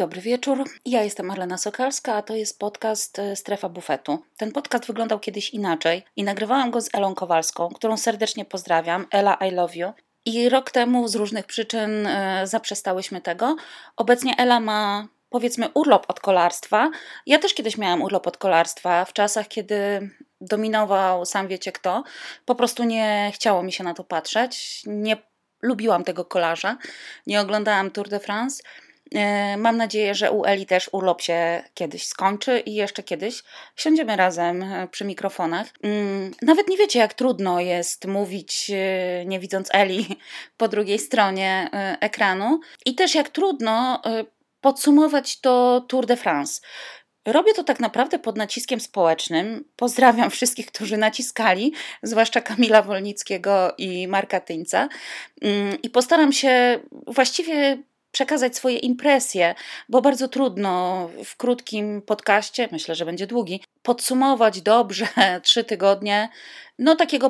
Dobry wieczór. Ja jestem Marlena Sokalska, a to jest podcast Strefa Bufetu. Ten podcast wyglądał kiedyś inaczej i nagrywałam go z Elą Kowalską, którą serdecznie pozdrawiam. Ela, I love you. I rok temu z różnych przyczyn zaprzestałyśmy tego. Obecnie Ela ma, powiedzmy, urlop od kolarstwa. Ja też kiedyś miałam urlop od kolarstwa w czasach, kiedy dominował sam wiecie kto. Po prostu nie chciało mi się na to patrzeć. Nie lubiłam tego kolarza. Nie oglądałam Tour de France. Mam nadzieję, że u Eli też urlop się kiedyś skończy i jeszcze kiedyś siądziemy razem przy mikrofonach. Nawet nie wiecie, jak trudno jest mówić, nie widząc Eli po drugiej stronie ekranu i też jak trudno podsumować to Tour de France. Robię to tak naprawdę pod naciskiem społecznym. Pozdrawiam wszystkich, którzy naciskali, zwłaszcza Kamila Wolnickiego i Marka Tyńca. I postaram się właściwie przekazać swoje impresje, bo bardzo trudno w krótkim podcaście, myślę, że będzie długi, podsumować dobrze 3 tygodnie takiego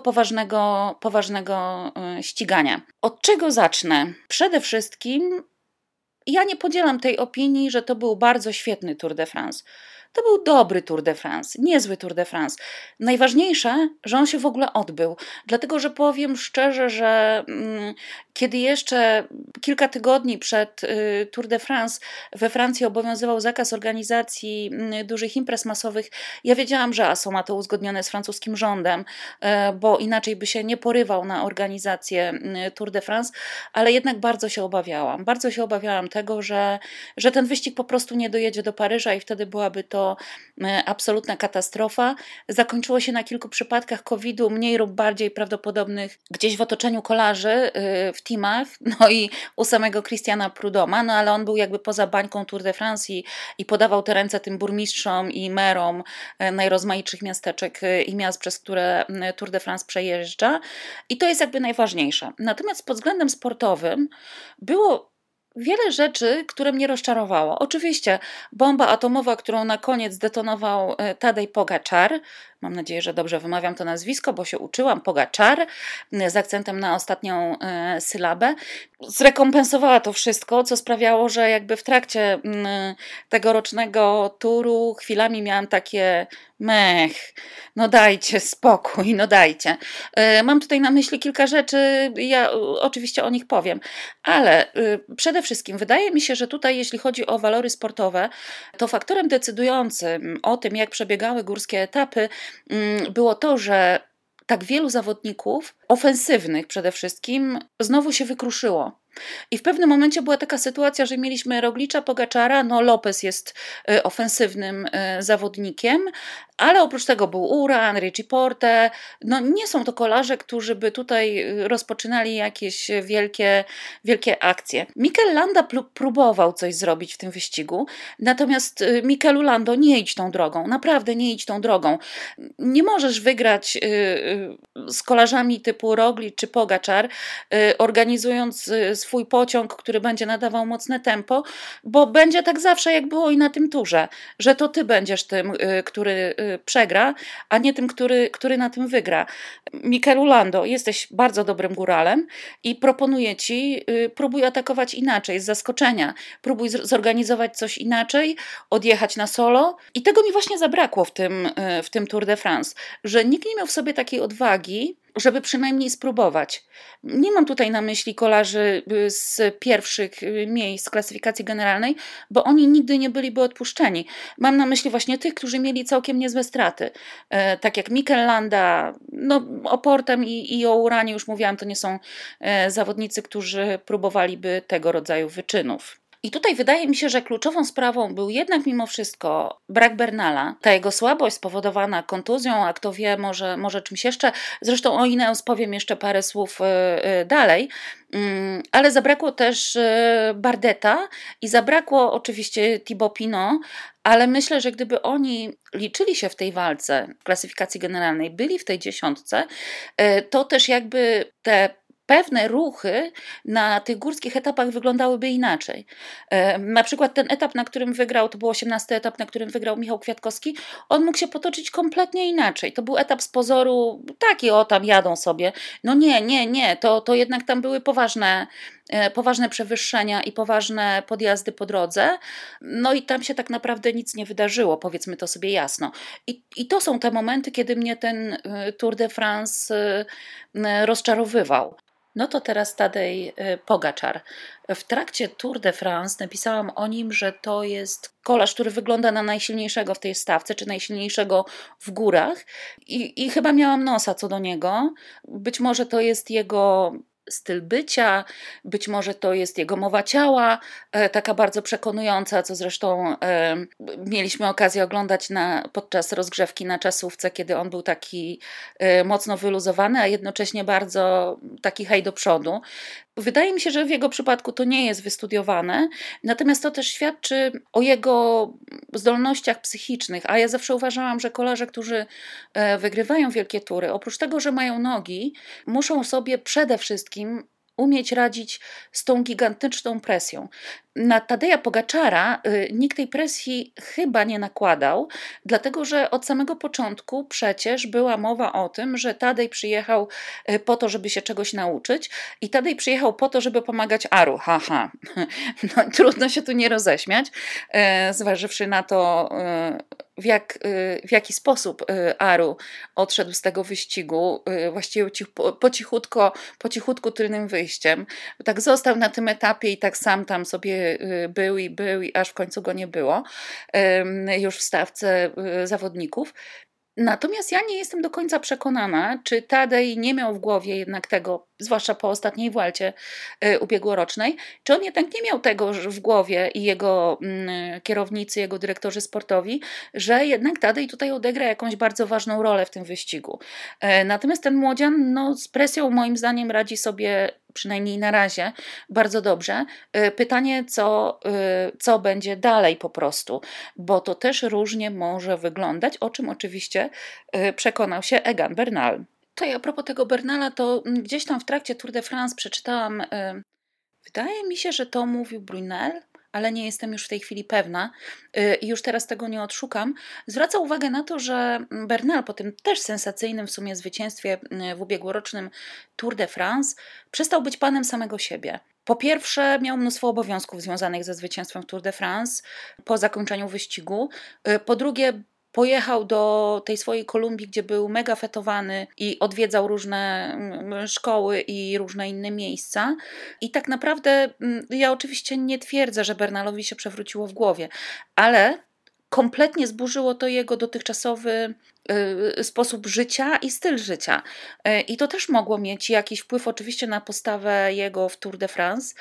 poważnego ścigania. Od czego zacznę? Przede wszystkim ja nie podzielam tej opinii, że to był bardzo świetny Tour de France. To był dobry Tour de France, niezły Tour de France. Najważniejsze, że on się w ogóle odbył. Dlatego, że powiem szczerze, że kiedy jeszcze kilka tygodni przed Tour de France we Francji obowiązywał zakaz organizacji dużych imprez masowych, ja wiedziałam, że ASO ma to uzgodnione z francuskim rządem, bo inaczej by się nie porywał na organizację Tour de France, ale jednak bardzo się obawiałam. Bardzo się obawiałam tego, że ten wyścig po prostu nie dojedzie do Paryża i wtedy byłaby to absolutna katastrofa. Zakończyło się na kilku przypadkach COVID-u, mniej lub bardziej prawdopodobnych gdzieś w otoczeniu kolarzy, w teamach, i u samego Christiana Prudhomma, ale on był jakby poza bańką Tour de France i podawał te ręce tym burmistrzom i merom najrozmaitszych miasteczek i miast, przez które Tour de France przejeżdża. I to jest jakby najważniejsze. Natomiast pod względem sportowym było wiele rzeczy, które mnie rozczarowało. Oczywiście bomba atomowa, którą na koniec detonował Tadej Pogačar, mam nadzieję, że dobrze wymawiam to nazwisko, bo się uczyłam, Pogačar, z akcentem na ostatnią sylabę, zrekompensowała to wszystko, co sprawiało, że jakby w trakcie tegorocznego turu chwilami miałam takie dajcie spokój, dajcie. Mam tutaj na myśli kilka rzeczy, ja oczywiście o nich powiem, ale przede wszystkim wydaje mi się, że tutaj jeśli chodzi o walory sportowe, to faktorem decydującym o tym, jak przebiegały górskie etapy, było to, że tak wielu zawodników, ofensywnych przede wszystkim, znowu się wykruszyło. I w pewnym momencie była taka sytuacja, że mieliśmy Roglicza, Pogačara, Lopez jest ofensywnym zawodnikiem, ale oprócz tego był Uran, Richie Porte, nie są to kolarze, którzy by tutaj rozpoczynali jakieś wielkie akcje. Mikel Landa próbował coś zrobić w tym wyścigu, natomiast Mikelu Lando, nie idź tą drogą, naprawdę nie idź tą drogą. Nie możesz wygrać z kolarzami typu Roglic czy Pogačar, organizując swój pociąg, który będzie nadawał mocne tempo, bo będzie tak zawsze, jak było i na tym turze, że to ty będziesz tym, który przegra, a nie tym, który na tym wygra. Mikelu Lando, jesteś bardzo dobrym góralem i proponuję ci, próbuj atakować inaczej, z zaskoczenia, próbuj zorganizować coś inaczej, odjechać na solo i tego mi właśnie zabrakło w tym Tour de France, że nikt nie miał w sobie takiej odwagi, żeby przynajmniej spróbować. Nie mam tutaj na myśli kolarzy z pierwszych miejsc klasyfikacji generalnej, bo oni nigdy nie byliby odpuszczeni. Mam na myśli właśnie tych, którzy mieli całkiem niezłe straty. Tak jak Mikel Landa, o Portem i o Uranie już mówiłam, to nie są zawodnicy, którzy próbowaliby tego rodzaju wyczynów. I tutaj wydaje mi się, że kluczową sprawą był jednak mimo wszystko brak Bernala. Ta jego słabość spowodowana kontuzją, a kto wie, może czymś jeszcze. Zresztą o Ineos powiem jeszcze parę słów dalej. Ale zabrakło też Bardeta i zabrakło oczywiście Thibaut Pinot, ale myślę, że gdyby oni liczyli się w tej walce w klasyfikacji generalnej, byli w tej dziesiątce, to też jakby te pewne ruchy na tych górskich etapach wyglądały inaczej. Na przykład ten etap, na którym wygrał, to był 18 etap, na którym wygrał Michał Kwiatkowski, on mógł się potoczyć kompletnie inaczej. To był etap z pozoru taki, tam jadą sobie. Nie, to jednak tam były poważne przewyższenia i poważne podjazdy po drodze. No i tam się tak naprawdę nic nie wydarzyło, powiedzmy to sobie jasno. I to są te momenty, kiedy mnie ten Tour de France rozczarowywał. No to teraz Tadej Pogaczar. W trakcie Tour de France napisałam o nim, że to jest kolarz, który wygląda na najsilniejszego w tej stawce, czy najsilniejszego w górach. I chyba miałam nosa co do niego. Być może to jest jego styl bycia, być może to jest jego mowa ciała, taka bardzo przekonująca, co zresztą mieliśmy okazję oglądać podczas rozgrzewki na czasówce, kiedy on był taki mocno wyluzowany, a jednocześnie bardzo taki hej do przodu. Wydaje mi się, że w jego przypadku to nie jest wystudiowane, natomiast to też świadczy o jego zdolnościach psychicznych, a ja zawsze uważałam, że kolarze, którzy wygrywają wielkie tury, oprócz tego, że mają nogi, muszą sobie przede wszystkim umieć radzić z tą gigantyczną presją. Na Tadeja Pogaczara nikt tej presji chyba nie nakładał, dlatego że od samego początku przecież była mowa o tym, że Tadej przyjechał po to, żeby się czegoś nauczyć i Tadej przyjechał po to, żeby pomagać Aru. Haha, no, trudno się tu nie roześmiać, zważywszy na to, w jaki sposób Aru odszedł z tego wyścigu, właściwie po cichutku tylnym wyjściem. Tak został na tym etapie i tak sam tam sobie był i aż w końcu go nie było już w stawce zawodników. Natomiast ja nie jestem do końca przekonana, czy Tadej nie miał w głowie jednak tego, zwłaszcza po ostatniej Vuelcie ubiegłorocznej, czy on jednak nie miał tego w głowie i jego kierownicy, jego dyrektorzy sportowi, że jednak Tadej tutaj odegra jakąś bardzo ważną rolę w tym wyścigu. Natomiast ten młodzian z presją moim zdaniem radzi sobie przynajmniej na razie bardzo dobrze. Pytanie, co będzie dalej po prostu, bo to też różnie może wyglądać, o czym oczywiście przekonał się Egan Bernal. To ja a propos tego Bernala, to gdzieś tam w trakcie Tour de France przeczytałam, wydaje mi się, że to mówił Brunel, ale nie jestem już w tej chwili pewna i już teraz tego nie odszukam, zwraca uwagę na to, że Bernal po tym też sensacyjnym w sumie zwycięstwie w ubiegłorocznym Tour de France przestał być panem samego siebie. Po pierwsze, miał mnóstwo obowiązków związanych ze zwycięstwem w Tour de France po zakończeniu wyścigu. Po drugie, pojechał do tej swojej Kolumbii, gdzie był mega fetowany i odwiedzał różne szkoły i różne inne miejsca. I tak naprawdę ja oczywiście nie twierdzę, że Bernalowi się przewróciło w głowie, ale kompletnie zburzyło to jego dotychczasowy sposób życia i styl życia. I to też mogło mieć jakiś wpływ oczywiście na postawę jego w Tour de France.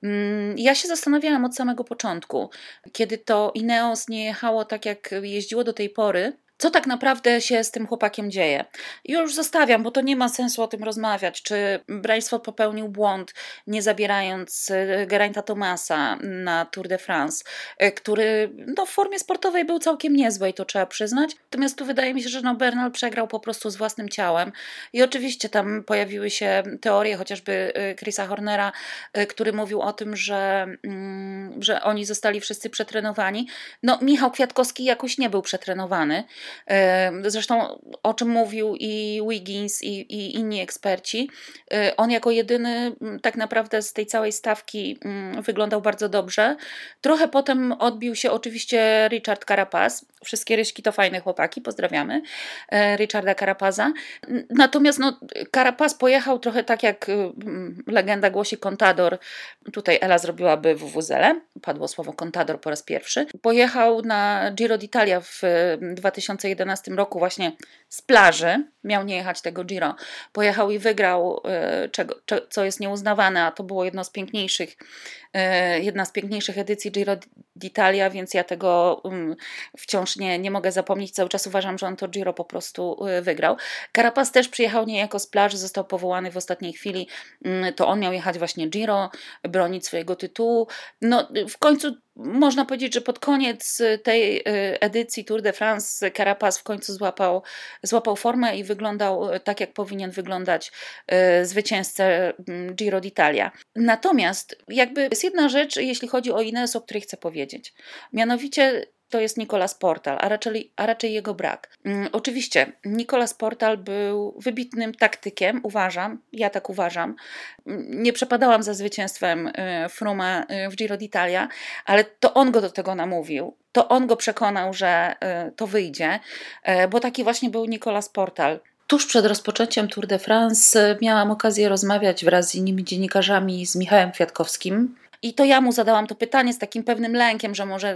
Ja się zastanawiałam od samego początku, kiedy to Ineos nie jechało tak, jak jeździło do tej pory, co tak naprawdę się z tym chłopakiem dzieje. Już zostawiam, bo to nie ma sensu o tym rozmawiać, czy Brailsford popełnił błąd, nie zabierając Geraint'a Thomasa na Tour de France, który w formie sportowej był całkiem niezły i to trzeba przyznać. Natomiast tu wydaje mi się, że Bernal przegrał po prostu z własnym ciałem i oczywiście tam pojawiły się teorie, chociażby Chrisa Hornera, który mówił o tym, że oni zostali wszyscy przetrenowani. Michał Kwiatkowski jakoś nie był przetrenowany. Zresztą o czym mówił i Wiggins i inni eksperci. On jako jedyny tak naprawdę z tej całej stawki wyglądał bardzo dobrze. Trochę potem odbił się oczywiście Richard Carapaz. Wszystkie ryśki to fajne chłopaki, pozdrawiamy Richarda Carapaza. Natomiast Carapaz pojechał trochę tak jak legenda głosi Contador. Tutaj Ela zrobiłaby WWZL, padło słowo Contador po raz pierwszy. Pojechał na Giro d'Italia w 2011 roku właśnie z plaży, miał nie jechać tego Giro, pojechał i wygrał, co jest nieuznawane, a to było jedna z piękniejszych edycji Giro d'Italia, więc ja tego wciąż nie mogę zapomnieć, cały czas uważam, że on to Giro po prostu wygrał. Carapaz też przyjechał niejako z plaży, został powołany w ostatniej chwili, to on miał jechać właśnie Giro, bronić swojego tytułu. W końcu można powiedzieć, że pod koniec tej edycji Tour de France Carapaz w końcu złapał formę i wyglądał tak, jak powinien wyglądać zwycięzca Giro d'Italia. Natomiast jakby jest jedna rzecz, jeśli chodzi o Ineos, o której chcę powiedzieć. Mianowicie to jest Nicolas Portal, a raczej jego brak. Oczywiście Nicolas Portal był wybitnym taktykiem, ja tak uważam. Nie przepadałam za zwycięstwem Fruma w Giro d'Italia, ale to on go do tego namówił. To on go przekonał, że to wyjdzie, bo taki właśnie był Nicolas Portal. Tuż przed rozpoczęciem Tour de France miałam okazję rozmawiać wraz z innymi dziennikarzami z Michałem Kwiatkowskim. I to ja mu zadałam to pytanie z takim pewnym lękiem,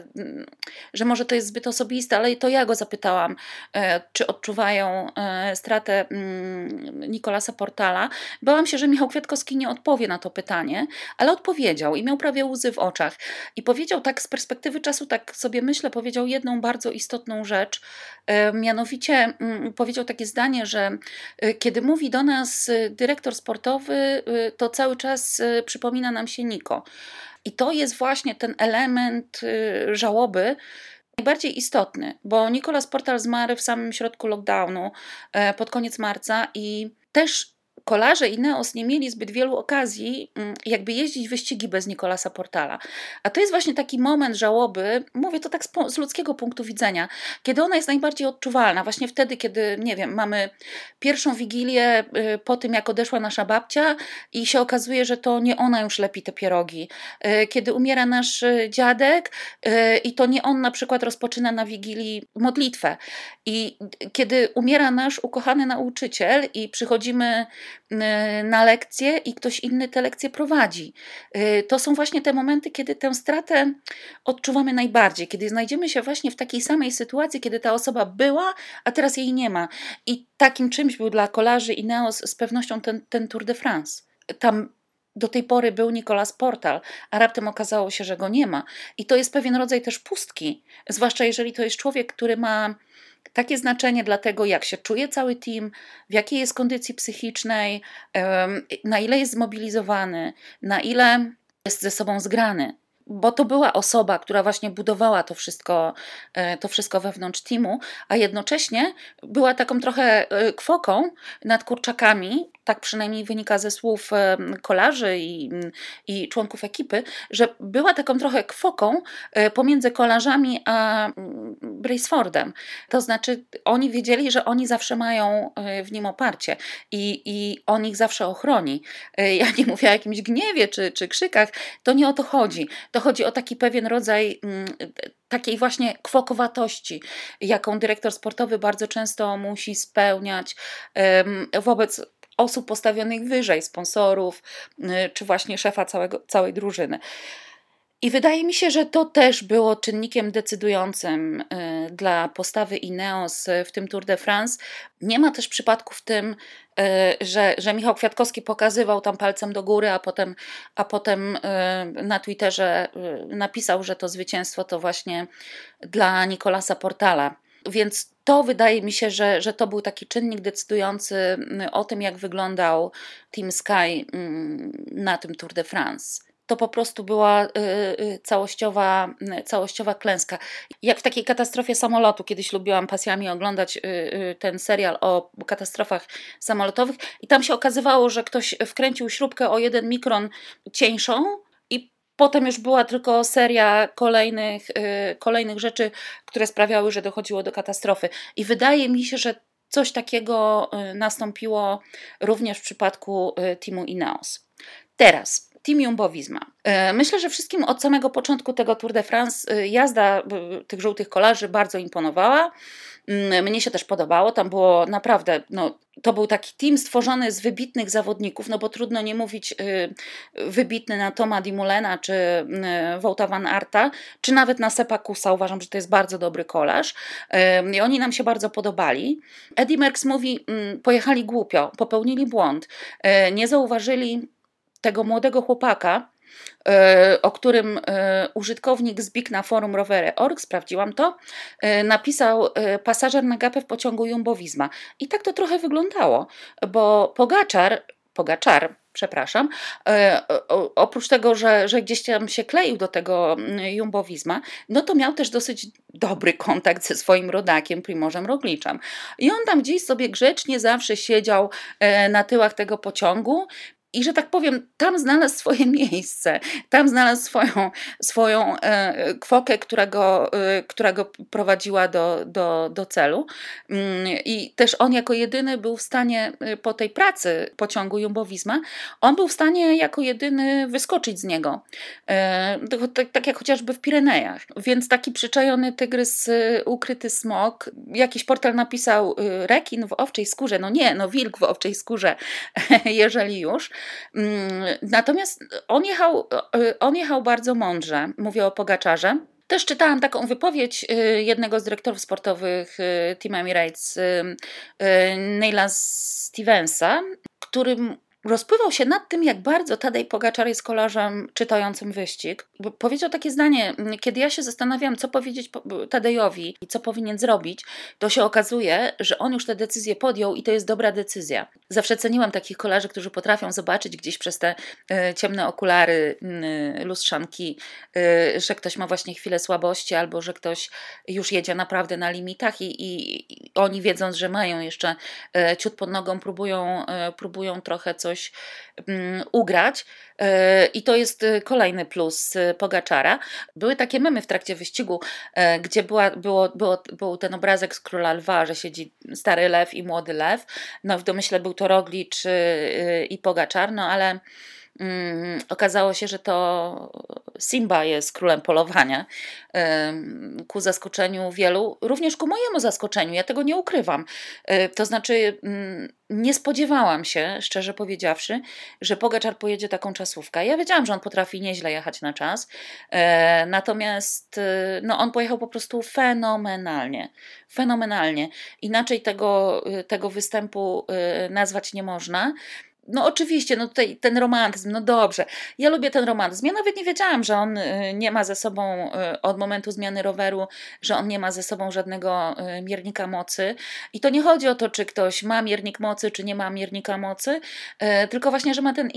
że może to jest zbyt osobiste, ale to ja go zapytałam, czy odczuwają stratę Nicolasa Portala. Bałam się, że Michał Kwiatkowski nie odpowie na to pytanie, ale odpowiedział i miał prawie łzy w oczach. I powiedział tak z perspektywy czasu, tak sobie myślę, powiedział jedną bardzo istotną rzecz. Mianowicie powiedział takie zdanie, że kiedy mówi do nas dyrektor sportowy, to cały czas przypomina nam się Niko. I to jest właśnie ten element żałoby najbardziej istotny, bo Nicolas Portal zmarł w samym środku lockdownu pod koniec marca i też kolarze Ineos nie mieli zbyt wielu okazji jakby jeździć wyścigi bez Nicolasa Portala. A to jest właśnie taki moment żałoby, mówię to tak z ludzkiego punktu widzenia, kiedy ona jest najbardziej odczuwalna. Właśnie wtedy, kiedy, nie wiem, mamy pierwszą wigilię po tym, jak odeszła nasza babcia i się okazuje, że to nie ona już lepi te pierogi. Kiedy umiera nasz dziadek i to nie on na przykład rozpoczyna na wigilii modlitwę. I kiedy umiera nasz ukochany nauczyciel i przychodzimy na lekcje i ktoś inny te lekcje prowadzi. To są właśnie te momenty, kiedy tę stratę odczuwamy najbardziej, kiedy znajdziemy się właśnie w takiej samej sytuacji, kiedy ta osoba była, a teraz jej nie ma. I takim czymś był dla kolarzy Ineos z pewnością ten Tour de France. Tam do tej pory był Nicolas Portal, a raptem okazało się, że go nie ma. I to jest pewien rodzaj też pustki, zwłaszcza jeżeli to jest człowiek, który ma takie znaczenie dla tego, jak się czuje cały team, w jakiej jest kondycji psychicznej, na ile jest zmobilizowany, na ile jest ze sobą zgrany. Bo to była osoba, która właśnie budowała to wszystko wewnątrz teamu, a jednocześnie była taką trochę kwoką nad kurczakami, tak przynajmniej wynika ze słów kolarzy i członków ekipy, że była taką trochę kwoką pomiędzy kolarzami a Bracefordem. To znaczy oni wiedzieli, że oni zawsze mają w nim oparcie i on ich zawsze ochroni. Ja nie mówię o jakimś gniewie czy krzykach, to nie o to chodzi. To chodzi o taki pewien rodzaj takiej właśnie kwokowatości, jaką dyrektor sportowy bardzo często musi spełniać wobec osób postawionych wyżej, sponsorów, czy właśnie szefa całej drużyny. I wydaje mi się, że to też było czynnikiem decydującym dla postawy Ineos w tym Tour de France. Nie ma też przypadku w tym, że Michał Kwiatkowski pokazywał tam palcem do góry, a potem na Twitterze napisał, że to zwycięstwo to właśnie dla Nicolasa Portala. Więc to wydaje mi się, że to był taki czynnik decydujący o tym, jak wyglądał Team Sky na tym Tour de France. To po prostu była całościowa klęska. Jak w takiej katastrofie samolotu, kiedyś lubiłam pasjami oglądać ten serial o katastrofach samolotowych i tam się okazywało, że ktoś wkręcił śrubkę o 1 mikron cieńszą i potem już była tylko seria kolejnych rzeczy, które sprawiały, że dochodziło do katastrofy. I wydaje mi się, że coś takiego nastąpiło również w przypadku teamu Ineos. Teraz Team Jumbo-Visma. Myślę, że wszystkim od samego początku tego Tour de France jazda tych żółtych kolarzy bardzo imponowała. Mnie się też podobało, tam było naprawdę, to był taki team stworzony z wybitnych zawodników, bo trudno nie mówić wybitny na Toma Dumoulina, czy Wouta van Aerta, czy nawet na Seppa Kussa. Uważam, że to jest bardzo dobry kolarz i oni nam się bardzo podobali. Eddy Merckx mówi, pojechali głupio, popełnili błąd, nie zauważyli tego młodego chłopaka, o którym użytkownik Zbik na forum rowery.org, sprawdziłam to, napisał pasażer na gapę w pociągu Jumbo-Visma. I tak to trochę wyglądało, bo Pogaczar, oprócz tego, że gdzieś tam się kleił do tego Jumbo-Visma, to miał też dosyć dobry kontakt ze swoim rodakiem Primożem Rogliczem. I on tam gdzieś sobie grzecznie zawsze siedział na tyłach tego pociągu I że tak powiem, tam znalazł swoje miejsce, tam znalazł swoją kwokę, która go prowadziła do celu. I też on jako jedyny był w stanie po tej pracy pociągu Jumbo-Visma, on był w stanie jako jedyny wyskoczyć z niego. Tak jak chociażby w Pirenejach. Więc taki przyczajony tygrys, ukryty smok. Jakiś portal napisał rekin w owczej skórze. No nie, no wilk w owczej skórze, jeżeli już. Natomiast on jechał bardzo mądrze, mówię o Pogaczarze. Też czytałam taką wypowiedź jednego z dyrektorów sportowych Team Emirates, Neila Stevensa, którym rozpływał się nad tym, jak bardzo Tadej Pogaczar jest kolarzem czytającym wyścig. Powiedział takie zdanie: kiedy ja się zastanawiam, co powiedzieć Tadejowi i co powinien zrobić, to się okazuje, że on już tę decyzję podjął i to jest dobra decyzja. Zawsze ceniłam takich kolarzy, którzy potrafią zobaczyć gdzieś przez te ciemne okulary, lustrzanki, że ktoś ma właśnie chwilę słabości albo że ktoś już jedzie naprawdę na limitach i oni, wiedząc, że mają jeszcze ciut pod nogą, próbują trochę coś ugrać. I to jest kolejny plus Pogaczara. Były takie memy w trakcie wyścigu, gdzie był ten obrazek z Króla Lwa, że siedzi stary lew i młody lew. No w domyśle był to Roglič i Pogaczar, no ale okazało się, że to Simba jest królem polowania, ku zaskoczeniu wielu, również ku mojemu zaskoczeniu, ja tego nie ukrywam. To znaczy nie spodziewałam się, szczerze powiedziawszy, że Pogaczar pojedzie taką czasówkę. Ja wiedziałam, że on potrafi nieźle jechać na czas, natomiast no, on pojechał po prostu fenomenalnie. Inaczej tego występu nazwać nie można. No oczywiście, no tutaj ten romantyzm, no dobrze, ja lubię ten romantyzm. Ja nawet nie wiedziałam, że on nie ma ze sobą od momentu zmiany roweru, że on nie ma ze sobą żadnego miernika mocy. I to nie chodzi o to, czy ktoś ma miernik mocy, czy nie ma miernika mocy, tylko właśnie, że ma ten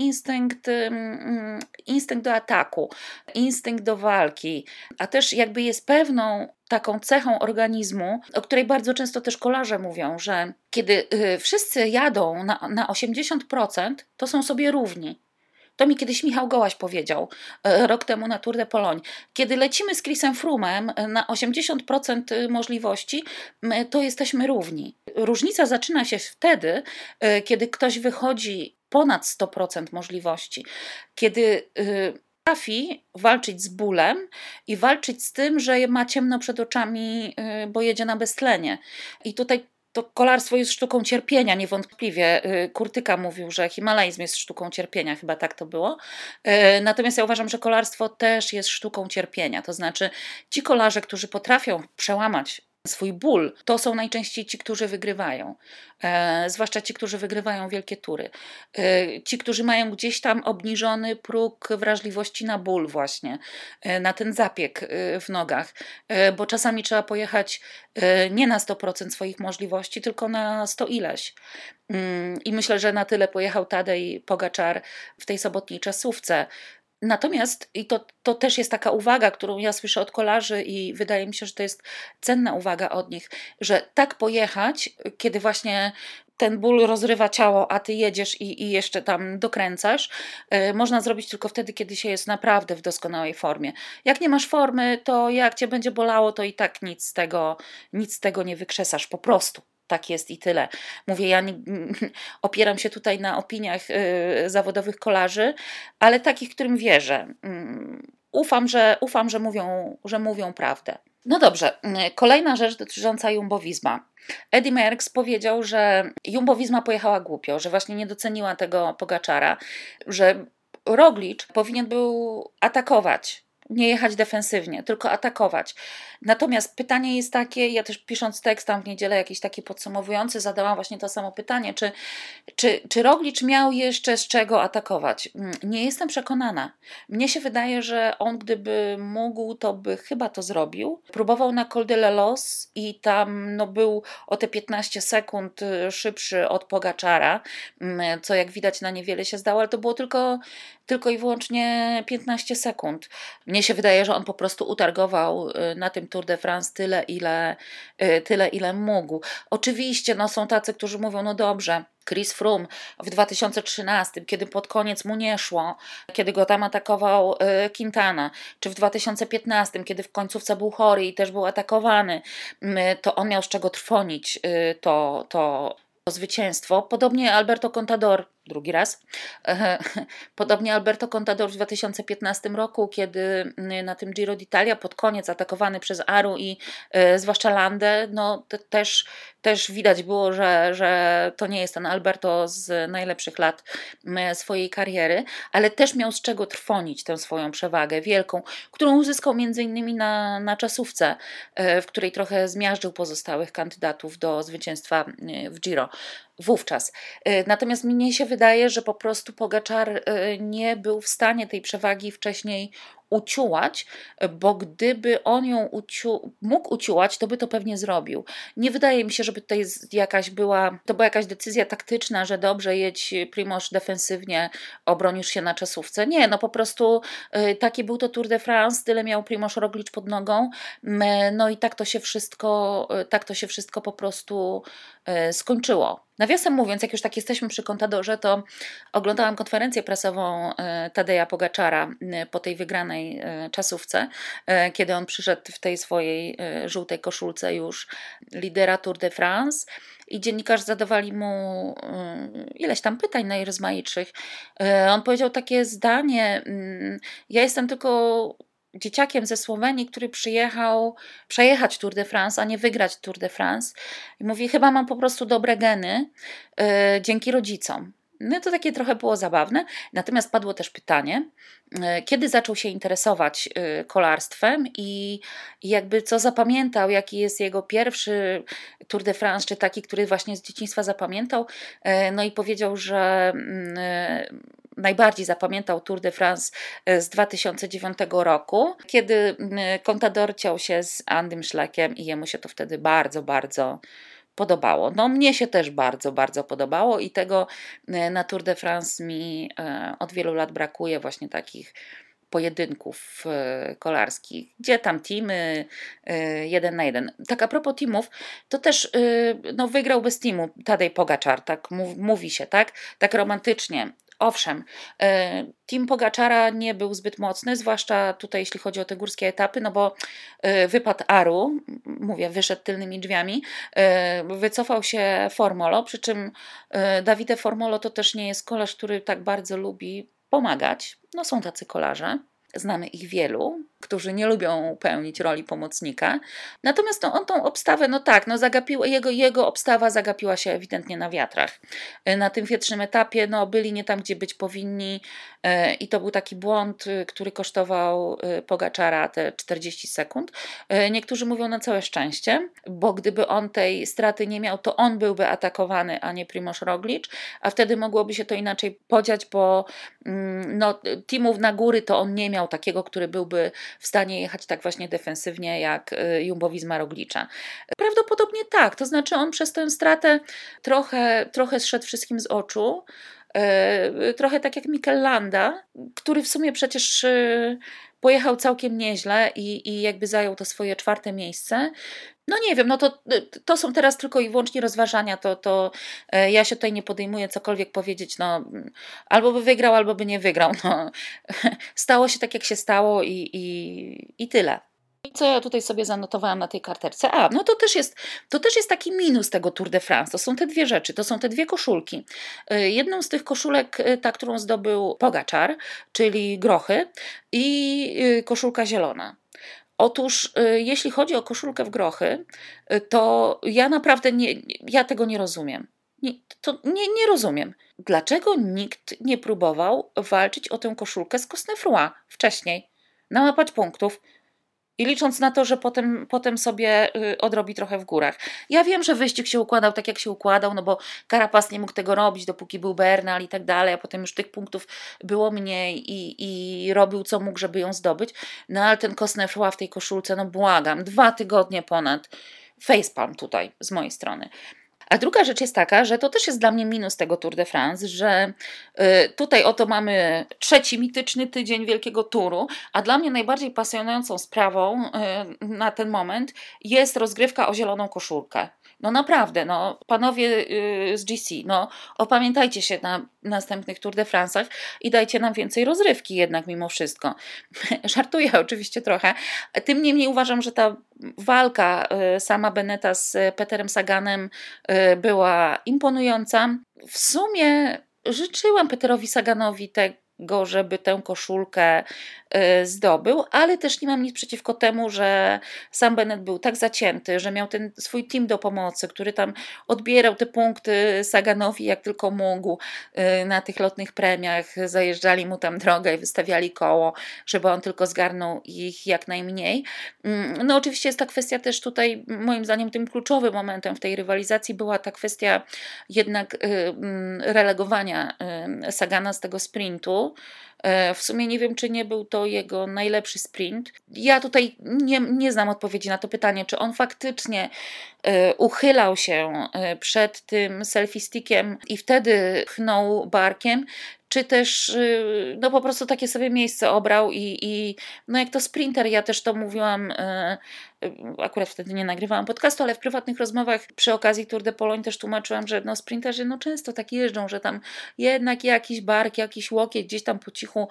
instynkt do ataku, instynkt do walki, a też jakby jest pewną taką cechą organizmu, o której bardzo często też kolarze mówią, że kiedy wszyscy jadą na 80%, to są sobie równi. To mi kiedyś Michał Gołaś powiedział rok temu na Tour de Pologne. Kiedy lecimy z Chrisem Froome'em na 80% możliwości, to jesteśmy równi. Różnica zaczyna się wtedy, kiedy ktoś wychodzi ponad 100% możliwości. Kiedy potrafi walczyć z bólem i walczyć z tym, że ma ciemno przed oczami, bo jedzie na beztlenie. I tutaj to kolarstwo jest sztuką cierpienia, niewątpliwie. Kurtyka mówił, że himalajzm jest sztuką cierpienia, chyba tak to było. Natomiast ja uważam, że kolarstwo też jest sztuką cierpienia. To znaczy ci kolarze, którzy potrafią przełamać swój ból, to są najczęściej ci, którzy wygrywają. Zwłaszcza ci, którzy wygrywają wielkie tury. Ci, którzy mają gdzieś tam obniżony próg wrażliwości na ból właśnie, na ten zapiek w nogach, bo czasami trzeba pojechać nie na 100% swoich możliwości, tylko na 100 ileś. I myślę, że na tyle pojechał Tadej Pogaczar w tej sobotniej czasówce. Natomiast, i to też jest taka uwaga, którą ja słyszę od kolarzy i wydaje mi się, że to jest cenna uwaga od nich, że tak pojechać, kiedy właśnie ten ból rozrywa ciało, a ty jedziesz i jeszcze tam dokręcasz, można zrobić tylko wtedy, kiedy się jest naprawdę w doskonałej formie. Jak nie masz formy, to jak cię będzie bolało, to i tak nic z tego nie wykrzesasz, po prostu. Tak jest i tyle. Mówię, ja opieram się tutaj na opiniach zawodowych kolarzy, ale takich, którym wierzę. Ufam, że mówią prawdę. No dobrze, kolejna rzecz dotycząca Jumbo-Visma. Eddy Merckx powiedział, że Jumbo-Visma pojechała głupio, że właśnie nie doceniła tego Pogaczara, że Roglič powinien był atakować, nie jechać defensywnie, tylko atakować. Natomiast pytanie jest takie, ja też pisząc tekst tam w niedzielę jakiś taki podsumowujący, zadałam właśnie to samo pytanie, czy Roglič miał jeszcze z czego atakować? Nie jestem przekonana. Mnie się wydaje, że on gdyby mógł, to by chyba to zrobił. Próbował na Col de la Loze i tam był o te 15 sekund szybszy od Pogaczara, co jak widać na niewiele się zdało, ale to było tylko tylko i wyłącznie 15 sekund. Mnie się wydaje, że on po prostu utargował na tym Tour de France tyle, ile mógł. Oczywiście są tacy, którzy mówią, no dobrze, Chris Froome w 2013, kiedy pod koniec mu nie szło, kiedy go tam atakował Quintana, czy w 2015, kiedy w końcówce był chory i też był atakowany, to on miał z czego trwonić to zwycięstwo. Podobnie Alberto Contador, drugi raz, podobnie Alberto Contador w 2015 roku, kiedy na tym Giro d'Italia pod koniec atakowany przez Aru i zwłaszcza Landę, też widać było, że to nie jest ten Alberto z najlepszych lat swojej kariery, ale też miał z czego trwonić tę swoją przewagę wielką, którą uzyskał między innymi na czasówce, w której trochę zmiażdżył pozostałych kandydatów do zwycięstwa w Giro wówczas. Natomiast mnie się wydaje, że po prostu Pogačar nie był w stanie tej przewagi wcześniej uciułać, bo gdyby on ją mógł uciułać, to by to pewnie zrobił. Nie wydaje mi się, żeby tutaj to była jakaś decyzja taktyczna, że dobrze, jedź Primož defensywnie, obronisz się na czasówce. Nie, po prostu taki był to Tour de France, tyle miał Primož Roglič pod nogą, no i tak to się wszystko po prostu skończyło. Nawiasem mówiąc, jak już tak jesteśmy przy Contadorze, to oglądałam konferencję prasową Tadeja Pogačara po tej wygranej czasówce, kiedy on przyszedł w tej swojej żółtej koszulce już lidera Tour de France i dziennikarze zadawali mu ileś tam pytań najrozmaitszych. On powiedział takie zdanie: ja jestem tylko dzieciakiem ze Słowenii, który przyjechał przejechać Tour de France, a nie wygrać Tour de France. I mówi, chyba mam po prostu dobre geny dzięki rodzicom. No to takie trochę było zabawne. Natomiast padło też pytanie, kiedy zaczął się interesować kolarstwem i jakby co zapamiętał, jaki jest jego pierwszy Tour de France, czy taki, który właśnie z dzieciństwa zapamiętał. No i powiedział, że najbardziej zapamiętał Tour de France z 2009 roku, kiedy Contador ciął się z Andym Schleckiem i jemu się to wtedy bardzo, bardzo podobało. Mnie się też bardzo, bardzo podobało i tego na Tour de France mi od wielu lat brakuje, właśnie takich pojedynków kolarskich, gdzie tam teamy 1 na 1. Tak a propos teamów, to też wygrał bez teamu Tadej Pogačar, tak mówi się, tak romantycznie. Owszem, team Pogačara nie był zbyt mocny, zwłaszcza tutaj jeśli chodzi o te górskie etapy, bo wypadł Aru, wyszedł tylnymi drzwiami, wycofał się Formolo, przy czym Davide Formolo to też nie jest kolarz, który tak bardzo lubi pomagać. Są tacy kolarze. Znamy ich wielu, którzy nie lubią pełnić roli pomocnika. Natomiast on tą obstawę, jego obstawa zagapiła się ewidentnie na wiatrach. Na tym wietrznym etapie byli nie tam, gdzie być powinni i to był taki błąd, który kosztował Pogačara te 40 sekund. Niektórzy mówią na całe szczęście, bo gdyby on tej straty nie miał, to on byłby atakowany, a nie Primož Roglič, a wtedy mogłoby się to inaczej podziać, bo teamów na góry to on nie miał takiego, który byłby w stanie jechać tak właśnie defensywnie jak Jumbo-Visma Roglicza. Prawdopodobnie tak, to znaczy on przez tę stratę trochę zszedł wszystkim z oczu, trochę tak jak Mikel Landa, który w sumie przecież pojechał całkiem nieźle i jakby zajął to swoje 4. miejsce. Nie wiem, to są teraz tylko i wyłącznie rozważania, to ja się tutaj nie podejmuję cokolwiek powiedzieć, albo by wygrał, albo by nie wygrał. Stało się tak, jak się stało i tyle. Co ja tutaj sobie zanotowałam na tej karteczce? To też jest taki minus tego Tour de France. To są te dwie rzeczy, to są te dwie koszulki. Jedną z tych koszulek, ta, którą zdobył Pogačar, czyli grochy, i koszulka zielona. Otóż jeśli chodzi o koszulkę w grochy, to ja naprawdę ja tego nie rozumiem. Nie rozumiem. Dlaczego nikt nie próbował walczyć o tę koszulkę z Cosnefroid wcześniej? Nałapać punktów. I licząc na to, że potem sobie odrobi trochę w górach. Ja wiem, że wyścig się układał tak, jak się układał, bo Carapaz nie mógł tego robić, dopóki był Bernal i tak dalej, a potem już tych punktów było mniej i robił co mógł, żeby ją zdobyć. Ale ten Cosnefroid w tej koszulce, błagam, 2 tygodnie ponad. Facepalm tutaj z mojej strony. A druga rzecz jest taka, że to też jest dla mnie minus tego Tour de France, że tutaj oto mamy trzeci mityczny tydzień wielkiego turu, a dla mnie najbardziej pasjonującą sprawą na ten moment jest rozgrywka o zieloną koszulkę. No naprawdę, no panowie z GC, no opamiętajcie się na następnych Tour de France'ach i dajcie nam więcej rozrywki jednak mimo wszystko. Żartuję oczywiście trochę. Tym niemniej uważam, że ta walka sama Bennetta z Peterem Saganem była imponująca. W sumie życzyłam Peterowi Saganowi tego, żeby tę koszulkę zdobył, ale też nie mam nic przeciwko temu, że sam Bennett był tak zacięty, że miał ten swój team do pomocy, który tam odbierał te punkty Saganowi jak tylko mógł na tych lotnych premiach, zajeżdżali mu tam drogę i wystawiali koło, żeby on tylko zgarnął ich jak najmniej. No oczywiście jest ta kwestia też tutaj, moim zdaniem tym kluczowym momentem w tej rywalizacji była ta kwestia jednak relegowania Sagana z tego sprintu. W sumie nie wiem, czy nie był to jego najlepszy sprint. Ja tutaj nie znam odpowiedzi na to pytanie, czy on faktycznie uchylał się przed tym selfie stickiem i wtedy pchnął barkiem, czy też no po prostu takie sobie miejsce obrał i no jak to sprinter, ja też to mówiłam, akurat wtedy nie nagrywałam podcastu, ale w prywatnych rozmowach przy okazji Tour de Pologne też tłumaczyłam, że no sprinterzy no często tak jeżdżą, że tam jednak jakiś bark, jakiś łokieć gdzieś tam po cichu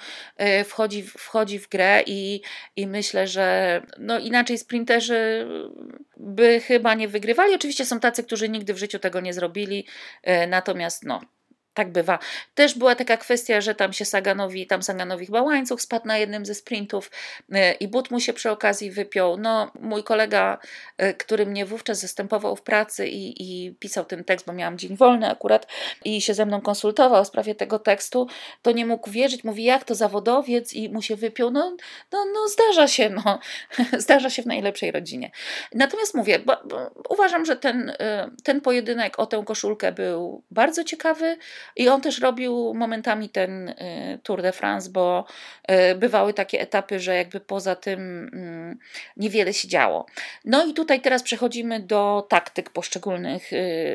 wchodzi w grę i myślę, że no inaczej sprinterzy by chyba nie wygrywali. Oczywiście są tacy, którzy nigdy w życiu tego nie zrobili, natomiast no tak bywa. Też była taka kwestia, że tam Saganowi chyba łańcuch spadł na jednym ze sprintów i but mu się przy okazji wypiął. No, mój kolega, który mnie wówczas zastępował w pracy i pisał ten tekst, bo miałam dzień wolny akurat i się ze mną konsultował w sprawie tego tekstu, to nie mógł wierzyć. Mówi, jak to zawodowiec i mu się wypiął. No zdarza się, no. Zdarza się w najlepszej rodzinie. Natomiast mówię, bo uważam, że ten pojedynek o tę koszulkę był bardzo ciekawy. I on też robił momentami ten Tour de France, bo bywały takie etapy, że jakby poza tym niewiele się działo. No i tutaj teraz przechodzimy do taktyk poszczególnych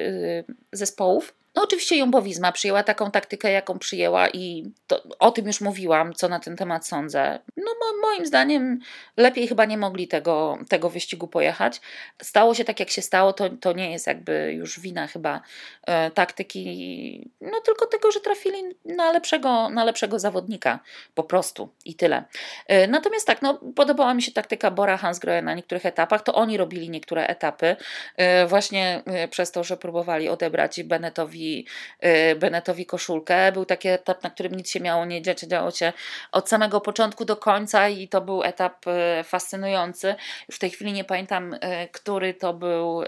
zespołów. No oczywiście Jumbo-Visma przyjęła taką taktykę, jaką przyjęła i o tym już mówiłam, co na ten temat sądzę. No moim zdaniem lepiej chyba nie mogli tego wyścigu pojechać. Stało się tak, jak się stało, to nie jest jakby już wina chyba taktyki, no tylko tego, że trafili na lepszego zawodnika po prostu i tyle. Natomiast tak, no podobała mi się taktyka Bora Hansgrohe na niektórych etapach, to oni robili niektóre etapy właśnie przez to, że próbowali odebrać Bennettowi koszulkę. Był taki etap, na którym nic się miało nie dziać, działo się od samego początku do końca i to był etap fascynujący. Już w tej chwili nie pamiętam, który to był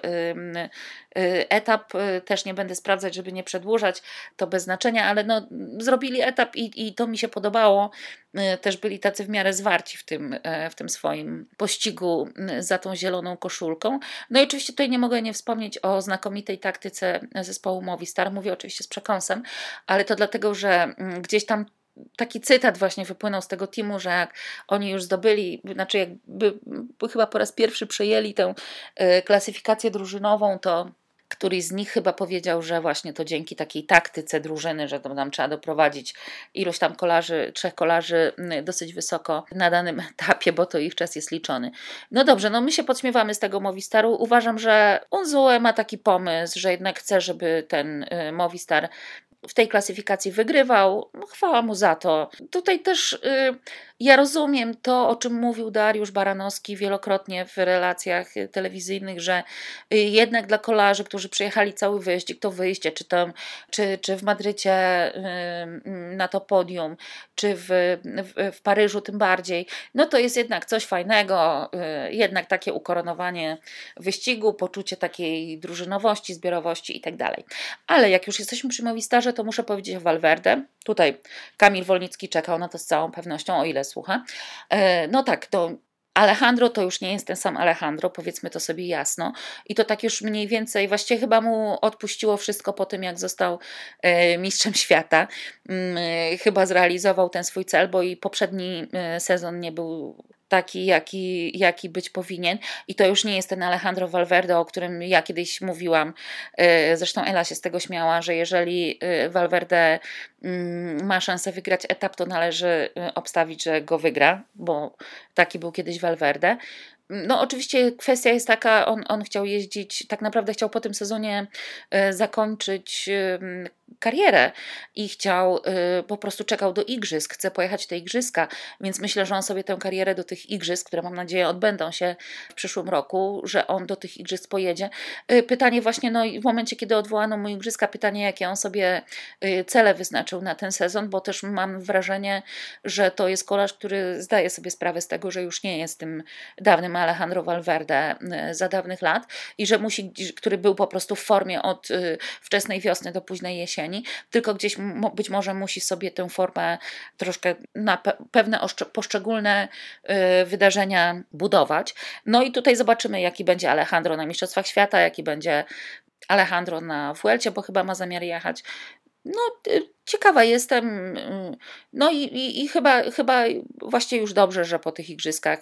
etap, też nie będę sprawdzać, żeby nie przedłużać, to bez znaczenia, ale no, zrobili etap i to mi się podobało. Też byli tacy w miarę zwarci w tym swoim pościgu za tą zieloną koszulką. No i oczywiście tutaj nie mogę nie wspomnieć o znakomitej taktyce zespołu Movistar. Mówię oczywiście z przekąsem, ale to dlatego, że gdzieś tam taki cytat właśnie wypłynął z tego teamu, że jak oni już zdobyli, znaczy jakby chyba po raz pierwszy przejęli tę klasyfikację drużynową, to któryś z nich chyba powiedział, że właśnie to dzięki takiej taktyce drużyny, że tam trzeba doprowadzić ilość tam trzech kolarzy dosyć wysoko na danym etapie, bo to ich czas jest liczony. No dobrze, no my się podśmiewamy z tego Movistaru. Uważam, że Unzue ma taki pomysł, że jednak chce, żeby ten Movistar w tej klasyfikacji wygrywał. No, chwała mu za to. Tutaj też ja rozumiem to, o czym mówił Dariusz Baranowski wielokrotnie w relacjach telewizyjnych, że jednak dla kolarzy, którzy przejechali cały wyścig, to wyjście, czy w Madrycie na to podium, czy w Paryżu tym bardziej, no to jest jednak coś fajnego, jednak takie ukoronowanie wyścigu, poczucie takiej drużynowości, zbiorowości i tak dalej. Ale jak już jesteśmy przy Movistarze, to muszę powiedzieć o Valverde. Tutaj Kamil Wolnicki czekał na to z całą pewnością, o ile słucha. No tak, to Alejandro to już nie jest ten sam Alejandro, powiedzmy to sobie jasno. I to tak już mniej więcej, właściwie chyba mu odpuściło wszystko po tym, jak został mistrzem świata. Chyba zrealizował ten swój cel, bo i poprzedni sezon nie był taki, jaki być powinien. I to już nie jest ten Alejandro Valverde, o którym ja kiedyś mówiłam. Zresztą Ela się z tego śmiała, że jeżeli Valverde ma szansę wygrać etap, to należy obstawić, że go wygra, bo taki był kiedyś Valverde. No oczywiście kwestia jest taka, on chciał jeździć, tak naprawdę chciał po tym sezonie zakończyć karierę i chciał, po prostu czekał do igrzysk, chce pojechać te igrzyska, więc myślę, że on sobie tę karierę do tych igrzysk, które mam nadzieję odbędą się w przyszłym roku, że on do tych igrzysk pojedzie. Pytanie właśnie, no w momencie, kiedy odwołano mu igrzyska, pytanie, jakie on sobie cele wyznaczył na ten sezon, bo też mam wrażenie, że to jest kolarz, który zdaje sobie sprawę z tego, że już nie jest tym dawnym Alejandro Valverde za dawnych lat i że który był po prostu w formie od wczesnej wiosny do późnej jesieni, tylko gdzieś być może musi sobie tę formę troszkę na pewne poszczególne wydarzenia budować. No i tutaj zobaczymy, jaki będzie Alejandro na Mistrzostwach Świata, jaki będzie Alejandro na Vuelcie, bo chyba ma zamiar jechać. No, ciekawa jestem. No i chyba właśnie już dobrze, że po tych igrzyskach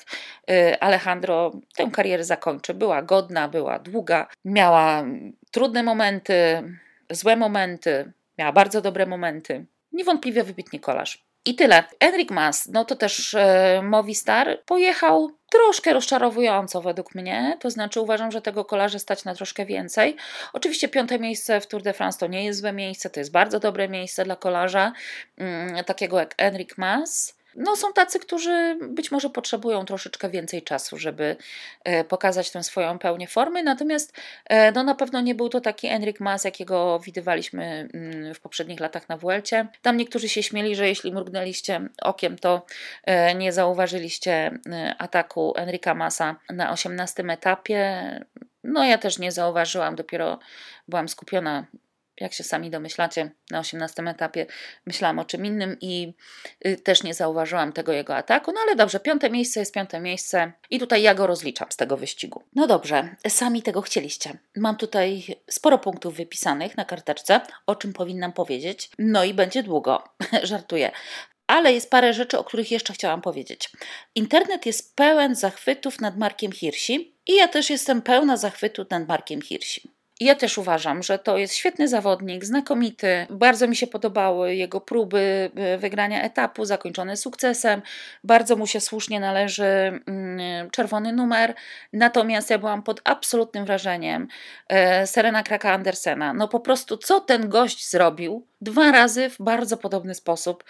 Alejandro tę karierę zakończy. Była godna, była długa, miała trudne momenty, złe momenty, miała bardzo dobre momenty. Niewątpliwie wybitny kolarz. I tyle. Enric Mas, no to też Movistar pojechał troszkę rozczarowująco według mnie, to znaczy uważam, że tego kolarza stać na troszkę więcej. Oczywiście 5. miejsce w Tour de France to nie jest złe miejsce, to jest bardzo dobre miejsce dla kolarza, takiego jak Enric Mas. No są tacy, którzy być może potrzebują troszeczkę więcej czasu, żeby pokazać tę swoją pełnię formy, natomiast no na pewno nie był to taki Enric Mas, jakiego widywaliśmy w poprzednich latach na Vuelcie. Tam niektórzy się śmieli, że jeśli mrugnęliście okiem, to nie zauważyliście ataku Enrica Masa na 18 etapie. No ja też nie zauważyłam, dopiero byłam skupiona, jak się sami domyślacie, na 18 etapie myślałam o czym innym i też nie zauważyłam tego jego ataku. No ale dobrze, 5. miejsce jest 5. miejsce i tutaj ja go rozliczam z tego wyścigu. No dobrze, sami tego chcieliście. Mam tutaj sporo punktów wypisanych na karteczce, o czym powinnam powiedzieć. No i będzie długo, żartuję. Ale jest parę rzeczy, o których jeszcze chciałam powiedzieć. Internet jest pełen zachwytów nad Markiem Hirschi i ja też jestem pełna zachwytu nad Markiem Hirschi. I ja też uważam, że to jest świetny zawodnik, znakomity. Bardzo mi się podobały jego próby wygrania etapu, zakończone sukcesem. Bardzo mu się słusznie należy czerwony numer. Natomiast ja byłam pod absolutnym wrażeniem Sørena Kraka Andersena. No po prostu co ten gość zrobił? 2 razy w bardzo podobny sposób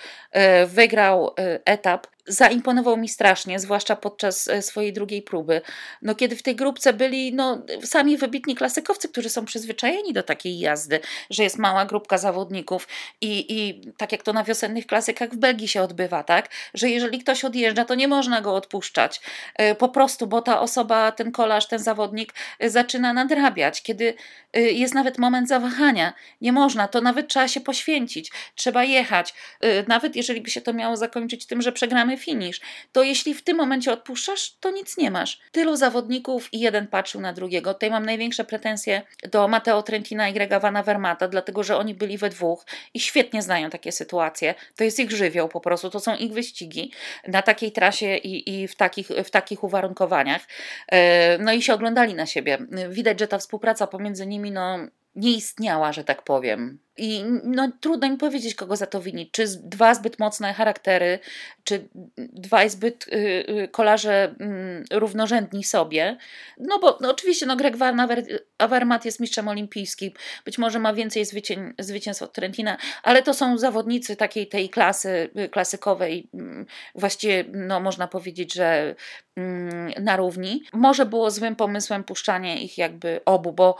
wygrał etap. Zaimponował mi strasznie, zwłaszcza podczas swojej drugiej próby. No, kiedy w tej grupce byli sami wybitni klasykowcy, którzy są przyzwyczajeni do takiej jazdy, że jest mała grupka zawodników i tak jak to na wiosennych klasykach w Belgii się odbywa, tak? Że jeżeli ktoś odjeżdża, to nie można go odpuszczać. Po prostu, bo ta osoba, ten kolarz, ten zawodnik zaczyna nadrabiać. Kiedy jest nawet moment zawahania, nie można, to nawet trzeba się poświęcić, trzeba jechać. Nawet jeżeli by się to miało zakończyć tym, że przegramy finisz, to jeśli w tym momencie odpuszczasz, to nic nie masz. Tylu zawodników i jeden patrzył na drugiego. Tutaj mam największe pretensje do Matteo Trentina i Grega Van Avermaeta, dlatego że oni byli we dwóch i świetnie znają takie sytuacje. To jest ich żywioł po prostu, to są ich wyścigi na takiej trasie i w takich uwarunkowaniach. No i się oglądali na siebie. Widać, że ta współpraca pomiędzy nimi nie istniała, że tak powiem. I trudno mi powiedzieć, kogo za to winić. Czy 2 zbyt mocne charaktery, czy 2 zbyt kolarze równorzędni sobie. No bo oczywiście Greg Van Avermaet jest mistrzem olimpijskim. Być może ma więcej zwycięstw od Trentina, ale to są zawodnicy takiej tej klasy klasykowej. Właściwie można powiedzieć, że na równi. Może było złym pomysłem puszczanie ich jakby obu, bo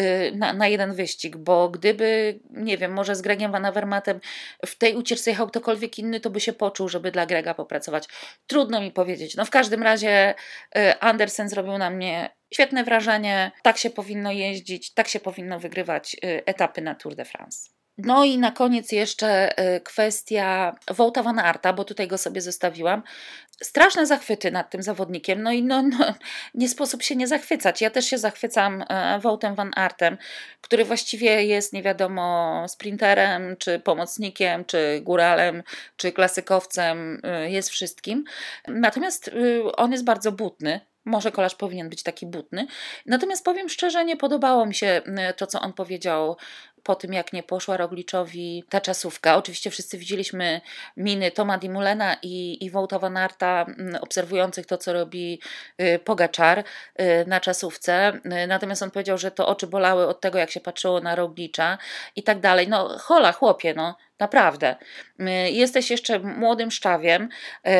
na jeden wyścig, bo gdyby nie wiem, może z Gregiem Van Avermaetem w tej ucieczce jechał ktokolwiek inny, to by się poczuł, żeby dla Grega popracować. Trudno mi powiedzieć. W każdym razie Andersen zrobił na mnie świetne wrażenie. Tak się powinno jeździć, tak się powinno wygrywać etapy na Tour de France. No i na koniec jeszcze kwestia Wouta van Aerta, bo tutaj go sobie zostawiłam. Straszne zachwyty nad tym zawodnikiem, no i nie sposób się nie zachwycać. Ja też się zachwycam Woutem van Aertem, który właściwie jest nie wiadomo sprinterem, czy pomocnikiem, czy góralem, czy klasykowcem, jest wszystkim. Natomiast on jest bardzo butny. Może kolarz powinien być taki butny. Natomiast powiem szczerze, nie podobało mi się to, co on powiedział po tym, jak nie poszła Rogliczowi ta czasówka. Oczywiście wszyscy widzieliśmy miny Toma Dumoulina i Wouta van Aerta, obserwujących to, co robi Pogačar na czasówce. Natomiast on powiedział, że to oczy bolały od tego, jak się patrzyło na Roglicza i tak dalej. No hola, chłopie, no. Naprawdę. Jesteś jeszcze młodym szczawiem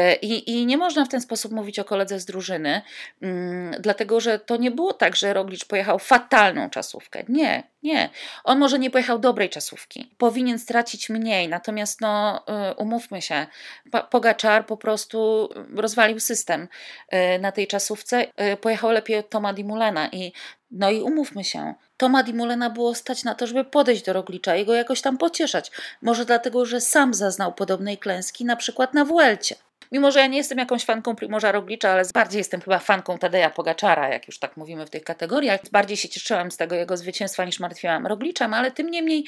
i nie można w ten sposób mówić o koledze z drużyny, dlatego że to nie było tak, że Roglic pojechał fatalną czasówkę. Nie, nie. On może nie pojechał dobrej czasówki. Powinien stracić mniej, natomiast umówmy się, Pogačar po prostu rozwalił system na tej czasówce. Pojechał lepiej od Toma Dumoulina i umówmy się, Toma Dumoulina było stać na to, żeby podejść do Roglicza i go jakoś tam pocieszać. Może dlatego, że sam zaznał podobnej klęski, na przykład na Vuelcie. Mimo że ja nie jestem jakąś fanką Primoža Roglicza, ale bardziej jestem chyba fanką Tadeja Pogačara, jak już tak mówimy w tych kategoriach. Bardziej się cieszyłam z tego jego zwycięstwa niż martwiłam Rogliczem, ale tym niemniej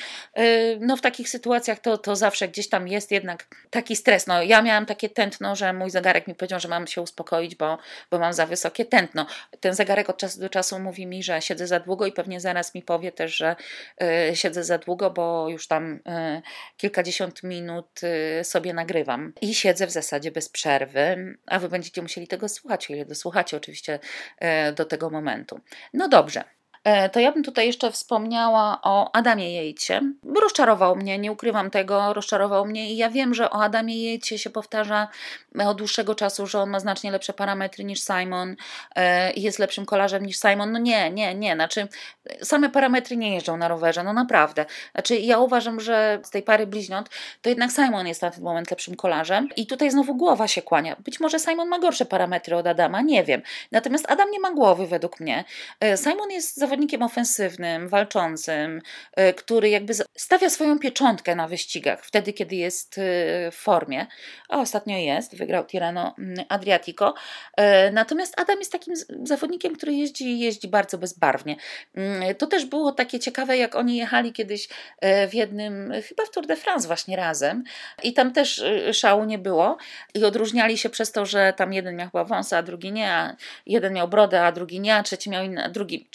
w takich sytuacjach to zawsze gdzieś tam jest jednak taki stres. No, ja miałam takie tętno, że mój zegarek mi powiedział, że mam się uspokoić, bo mam za wysokie tętno. Ten zegarek od czasu do czasu mówi mi, że siedzę za długo i pewnie zaraz mi powie też, że siedzę za długo, bo już tam kilkadziesiąt minut sobie nagrywam i siedzę w zasadzie bez przerwy, a wy będziecie musieli tego słuchać, o ile dosłuchacie oczywiście do tego momentu. No dobrze. To ja bym tutaj jeszcze wspomniała o Adamie Yatesie. Rozczarował mnie, nie ukrywam tego, rozczarował mnie i ja wiem, że o Adamie Yatesie się powtarza od dłuższego czasu, że on ma znacznie lepsze parametry niż Simon i jest lepszym kolarzem niż Simon. No nie, znaczy same parametry nie jeżdżą na rowerze, no naprawdę. Znaczy ja uważam, że z tej pary bliźniąt to jednak Simon jest na ten moment lepszym kolarzem i tutaj znowu głowa się kłania. Być może Simon ma gorsze parametry od Adama, nie wiem. Natomiast Adam nie ma głowy według mnie. Simon jest zawodnikiem ofensywnym, walczącym, który jakby stawia swoją pieczątkę na wyścigach wtedy, kiedy jest w formie. A ostatnio wygrał Tirreno Adriatico. Natomiast Adam jest takim zawodnikiem, który jeździ bardzo bezbarwnie. To też było takie ciekawe, jak oni jechali kiedyś w jednym, chyba w Tour de France właśnie razem i tam też szału nie było i odróżniali się przez to, że tam jeden miał chyba wąsa, a drugi nie, a jeden miał brodę, a drugi nie, a trzeci miał inne,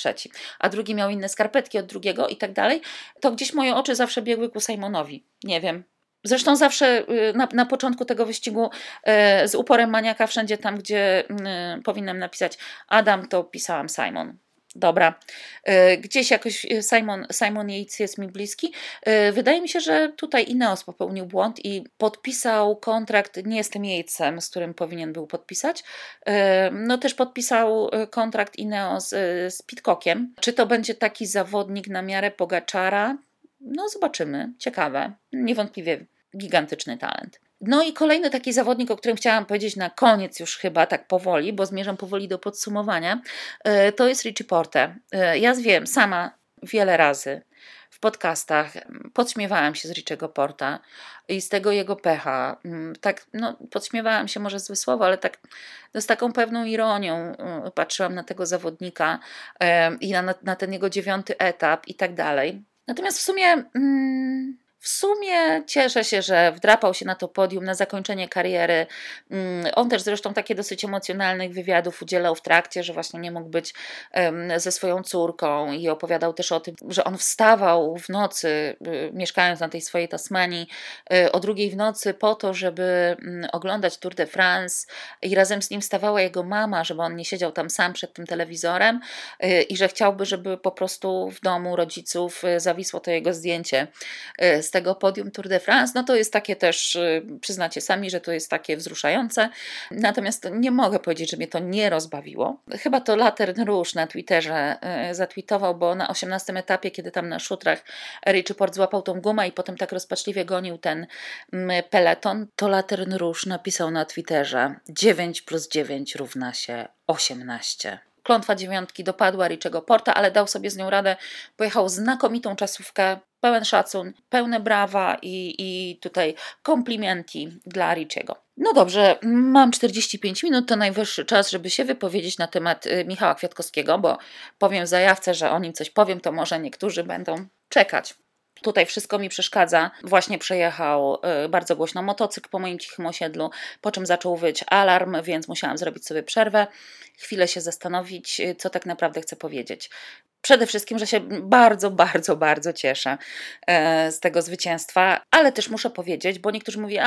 a drugi miał inne skarpetki od drugiego i tak dalej, to gdzieś moje oczy zawsze biegły ku Simonowi. Nie wiem. Zresztą zawsze na początku tego wyścigu z uporem maniaka wszędzie tam, gdzie powinnam napisać Adam, to pisałam Simon. Dobra. Gdzieś jakoś Simon Yates jest mi bliski. Wydaje mi się, że tutaj Ineos popełnił błąd i podpisał kontrakt nie z tym Yatesem, z którym powinien był podpisać. No też podpisał kontrakt Ineos z Pidcockiem. Czy to będzie taki zawodnik na miarę Pogačara? No zobaczymy. Ciekawe. Niewątpliwie gigantyczny talent. No i kolejny taki zawodnik, o którym chciałam powiedzieć na koniec już chyba, tak powoli, bo zmierzam powoli do podsumowania, to jest Richie Porte. Ja wiem, sama wiele razy w podcastach podśmiewałam się z Richiego Porta i z tego jego pecha. Tak, podśmiewałam się, może złe słowo, ale tak z taką pewną ironią patrzyłam na tego zawodnika i na ten jego 9. etap i tak dalej. Natomiast w sumie cieszę się, że wdrapał się na to podium na zakończenie kariery. On też zresztą takie dosyć emocjonalnych wywiadów udzielał w trakcie, że właśnie nie mógł być ze swoją córką i opowiadał też o tym, że on wstawał w nocy, mieszkając na tej swojej Tasmanii, o 2 w nocy po to, żeby oglądać Tour de France i razem z nim wstawała jego mama, żeby on nie siedział tam sam przed tym telewizorem i że chciałby, żeby po prostu w domu rodziców zawisło to jego zdjęcie z tego podium Tour de France. No to jest takie też, przyznacie sami, że to jest takie wzruszające. Natomiast nie mogę powiedzieć, że mnie to nie rozbawiło. Chyba to Latern Rouge na Twitterze zatweetował, bo na 18 etapie, kiedy tam na szutrach Richie Porte złapał tą gumę i potem tak rozpaczliwie gonił ten peleton, to Latern Rouge napisał na Twitterze 9 + 9 równa się 18. klątwa 9 dopadła Richiego Porta, ale dał sobie z nią radę, pojechał znakomitą czasówkę, pełen szacun, pełne brawa i tutaj komplimenti dla Richiego. No dobrze, mam 45 minut, to najwyższy czas, żeby się wypowiedzieć na temat Michała Kwiatkowskiego, bo powiem w zajawce, że o nim coś powiem, to może niektórzy będą czekać. Tutaj wszystko mi przeszkadza. Właśnie przejechał bardzo głośno motocykl po moim cichym osiedlu, po czym zaczął wyć alarm, więc musiałam zrobić sobie przerwę, chwilę się zastanowić, co tak naprawdę chcę powiedzieć. Przede wszystkim, że się bardzo, bardzo, bardzo cieszę z tego zwycięstwa, ale też muszę powiedzieć, bo niektórzy mówią,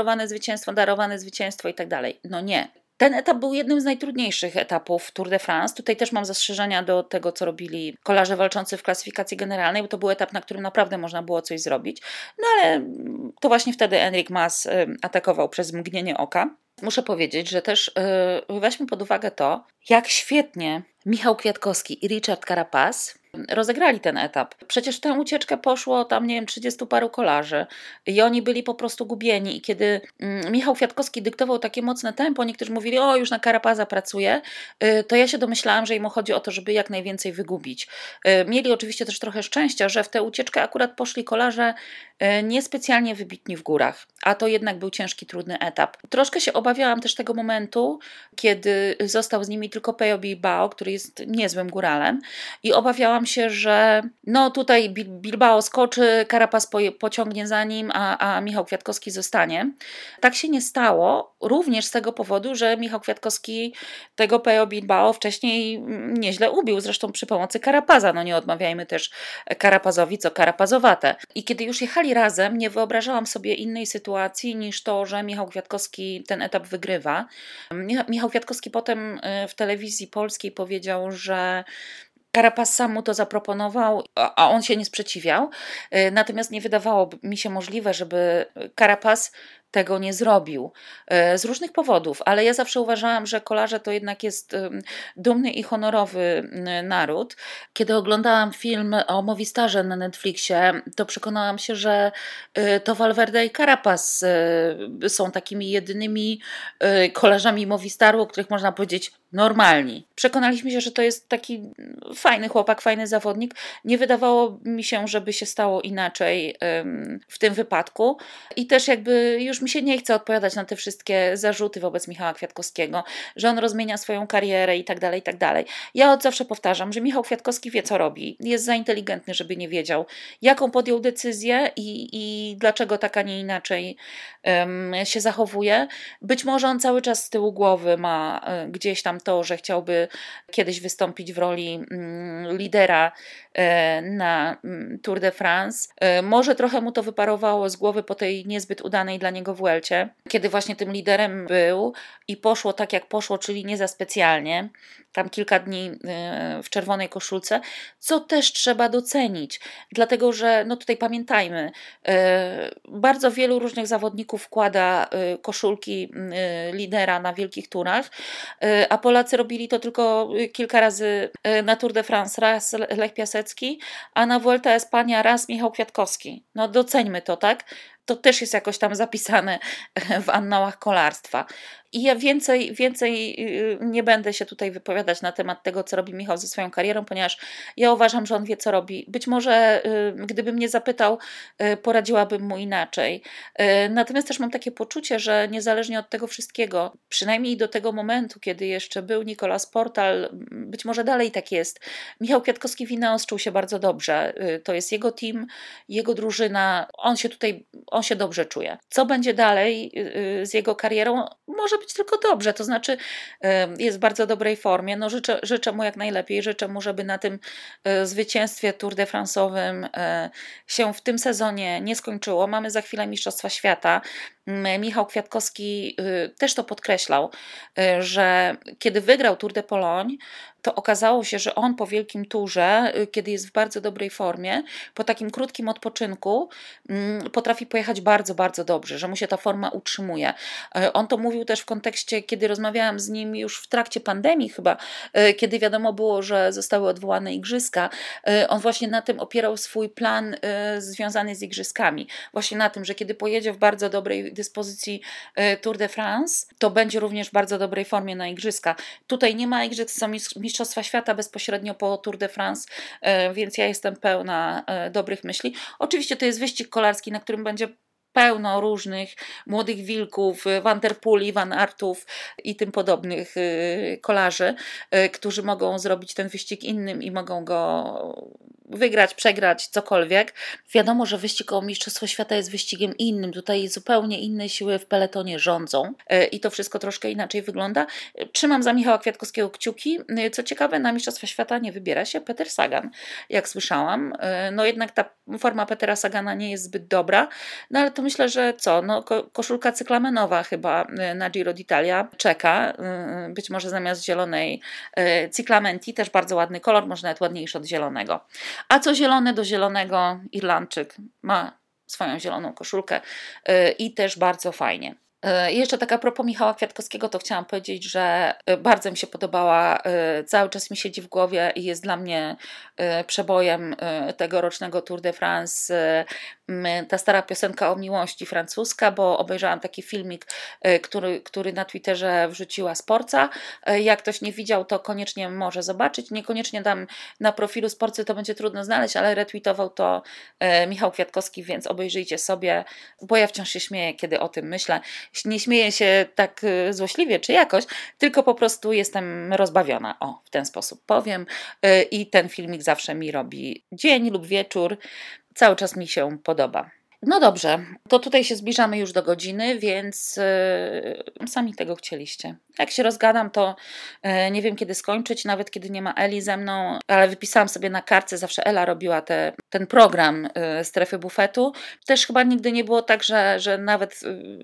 darowane zwycięstwo i tak dalej. No nie. Ten etap był jednym z najtrudniejszych etapów Tour de France. Tutaj też mam zastrzeżenia do tego, co robili kolarze walczący w klasyfikacji generalnej, bo to był etap, na którym naprawdę można było coś zrobić. No ale to właśnie wtedy Enric Mas atakował przez mgnienie oka. Muszę powiedzieć, że też weźmy pod uwagę to, jak świetnie Michał Kwiatkowski i Richard Carapaz rozegrali ten etap. Przecież w tę ucieczkę poszło tam, nie wiem, 30 paru kolarzy i oni byli po prostu gubieni. I kiedy Michał Kwiatkowski dyktował takie mocne tempo, niektórzy mówili, o już na Carapaza pracuje, to ja się domyślałam, że im chodzi o to, żeby jak najwięcej wygubić. Mieli oczywiście też trochę szczęścia, że w tę ucieczkę akurat poszli kolarze niespecjalnie wybitni w górach, a to jednak był ciężki, trudny etap. Troszkę się obawiałam też tego momentu, kiedy został z nimi tylko Peyo Bilbao, który jest niezłym góralem i obawiałam się, że no tutaj Bilbao skoczy, Carapaz pociągnie za nim, a Michał Kwiatkowski zostanie. Tak się nie stało, również z tego powodu, że Michał Kwiatkowski tego Peyo Bilbao wcześniej nieźle ubił, zresztą przy pomocy Carapaza. No nie odmawiajmy też Carapazowi, co Carapazowate. I kiedy już jechali razem, nie wyobrażałam sobie innej sytuacji niż to, że Michał Kwiatkowski ten etap wygrywa. Michał Kwiatkowski potem w telewizji polskiej powiedział, że Carapaz sam mu to zaproponował, a on się nie sprzeciwiał. Natomiast nie wydawało mi się możliwe, żeby Carapaz tego nie zrobił. Z różnych powodów, ale ja zawsze uważałam, że kolarze to jednak jest dumny i honorowy naród. Kiedy oglądałam film o Movistarze na Netflixie, to przekonałam się, że to Valverde i Carapaz są takimi jedynymi kolarzami Movistaru, o których można powiedzieć normalni. Przekonaliśmy się, że to jest taki fajny chłopak, fajny zawodnik. Nie wydawało mi się, żeby się stało inaczej w tym wypadku. I też jakby już mi się nie chce odpowiadać na te wszystkie zarzuty wobec Michała Kwiatkowskiego, że on rozmienia swoją karierę i tak dalej, i tak dalej. Ja od zawsze powtarzam, że Michał Kwiatkowski wie, co robi. Jest za inteligentny, żeby nie wiedział, jaką podjął decyzję i dlaczego tak, a nie inaczej się zachowuje. Być może on cały czas z tyłu głowy ma gdzieś tam to, że chciałby kiedyś wystąpić w roli lidera na Tour de France. Może trochę mu to wyparowało z głowy po tej niezbyt udanej dla niego Vuelcie, kiedy właśnie tym liderem był i poszło tak jak poszło, czyli nie za specjalnie. Tam kilka dni w czerwonej koszulce, co też trzeba docenić, dlatego że no tutaj pamiętajmy, bardzo wielu różnych zawodników wkłada koszulki lidera na wielkich turach, a Polacy robili to tylko kilka razy na Tour de France, raz Lech Piasecki, a na Vuelta a España raz Michał Kwiatkowski. No doceńmy to, tak? To też jest jakoś tam zapisane w annałach kolarstwa. I ja więcej nie będę się tutaj wypowiadać na temat tego, co robi Michał ze swoją karierą, ponieważ ja uważam, że on wie, co robi. Być może gdyby mnie zapytał, poradziłabym mu inaczej. Natomiast też mam takie poczucie, że niezależnie od tego wszystkiego, przynajmniej do tego momentu, kiedy jeszcze był Nicolas Portal, być może dalej tak jest, Michał Kwiatkowski w Ineos czuł się bardzo dobrze. To jest jego team, jego drużyna, on się dobrze czuje. Co będzie dalej z jego karierą? Może być tylko dobrze, to znaczy jest w bardzo dobrej formie. No życzę mu jak najlepiej, życzę mu, żeby na tym zwycięstwie Tour de France'owym się w tym sezonie nie skończyło. Mamy za chwilę Mistrzostwa Świata. Michał Kwiatkowski też to podkreślał, że kiedy wygrał Tour de Pologne, to okazało się, że on po wielkim turze, kiedy jest w bardzo dobrej formie, po takim krótkim odpoczynku potrafi pojechać bardzo, bardzo dobrze, że mu się ta forma utrzymuje. On to mówił też w kontekście, kiedy rozmawiałam z nim już w trakcie pandemii chyba, kiedy wiadomo było, że zostały odwołane igrzyska. On właśnie na tym opierał swój plan związany z igrzyskami. Właśnie na tym, że kiedy pojedzie w bardzo dobrej dyspozycji Tour de France, to będzie również w bardzo dobrej formie na igrzyska. Tutaj nie ma igrzysk, są Mistrzostwa Świata bezpośrednio po Tour de France, więc ja jestem pełna dobrych myśli. Oczywiście to jest wyścig kolarski, na którym będzie pełno różnych młodych wilków, Van der Poel, Van Aertów i tym podobnych kolarzy, którzy mogą zrobić ten wyścig innym i mogą go wygrać, przegrać, cokolwiek. Wiadomo, że wyścig o Mistrzostwo Świata jest wyścigiem innym. Tutaj zupełnie inne siły w peletonie rządzą i to wszystko troszkę inaczej wygląda. Trzymam za Michała Kwiatkowskiego kciuki. Co ciekawe, na Mistrzostwa Świata nie wybiera się Peter Sagan, jak słyszałam. No jednak ta forma Petera Sagana nie jest zbyt dobra, no ale to myślę, że koszulka cyklamenowa chyba na Giro d'Italia czeka. Być może zamiast zielonej cyclamenti, też bardzo ładny kolor, może nawet ładniejszy od zielonego. A co zielone do zielonego, Irlandczyk ma swoją zieloną koszulkę i też bardzo fajnie. Jeszcze tak a propos Michała Kwiatkowskiego, to chciałam powiedzieć, że bardzo mi się podobała, cały czas mi siedzi w głowie i jest dla mnie przebojem tegorocznego Tour de France ta stara piosenka o miłości francuska, bo obejrzałam taki filmik, który na Twitterze wrzuciła Sporca. Jak ktoś nie widział, to koniecznie może zobaczyć. Niekoniecznie dam na profilu Sporcy, to będzie trudno znaleźć, ale retweetował to Michał Kwiatkowski, więc obejrzyjcie sobie, bo ja wciąż się śmieję, kiedy o tym myślę. Nie śmieję się tak złośliwie czy jakoś, tylko po prostu jestem rozbawiona. O, w ten sposób powiem. I ten filmik zawsze mi robi dzień lub wieczór. Cały czas mi się podoba. No dobrze, to tutaj się zbliżamy już do godziny, więc sami tego chcieliście. Jak się rozgadam, to nie wiem kiedy skończyć, nawet kiedy nie ma Eli ze mną, ale wypisałam sobie na kartce, zawsze Ela robiła ten program Strefy Bufetu. Też chyba nigdy nie było tak, że nawet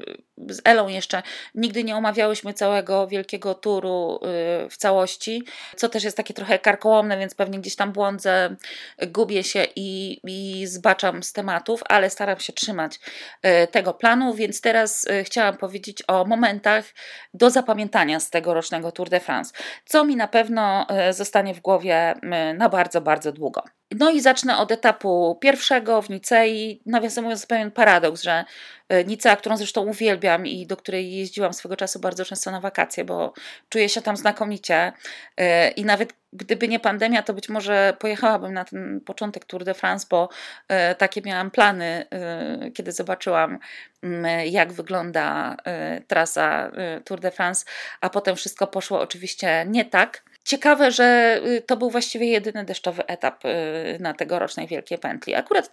z Elą jeszcze nigdy nie omawiałyśmy całego wielkiego turu w całości, co też jest takie trochę karkołomne, więc pewnie gdzieś tam błądzę, gubię się i zbaczam z tematów, ale staram się trzymać tego planu, więc teraz chciałam powiedzieć o momentach do zapamiętania z tegorocznego Tour de France, co mi na pewno zostanie w głowie na bardzo, bardzo długo. No i zacznę od etapu pierwszego w Nicei. Nawiasem mówiąc, pewien paradoks, że Nicea, którą zresztą uwielbiam i do której jeździłam swego czasu bardzo często na wakacje, bo czuję się tam znakomicie i nawet gdyby nie pandemia, to być może pojechałabym na ten początek Tour de France, bo takie miałam plany, kiedy zobaczyłam, jak wygląda trasa Tour de France, a potem wszystko poszło oczywiście nie tak. Ciekawe, że to był właściwie jedyny deszczowy etap na tegorocznej Wielkiej Pętli. Akurat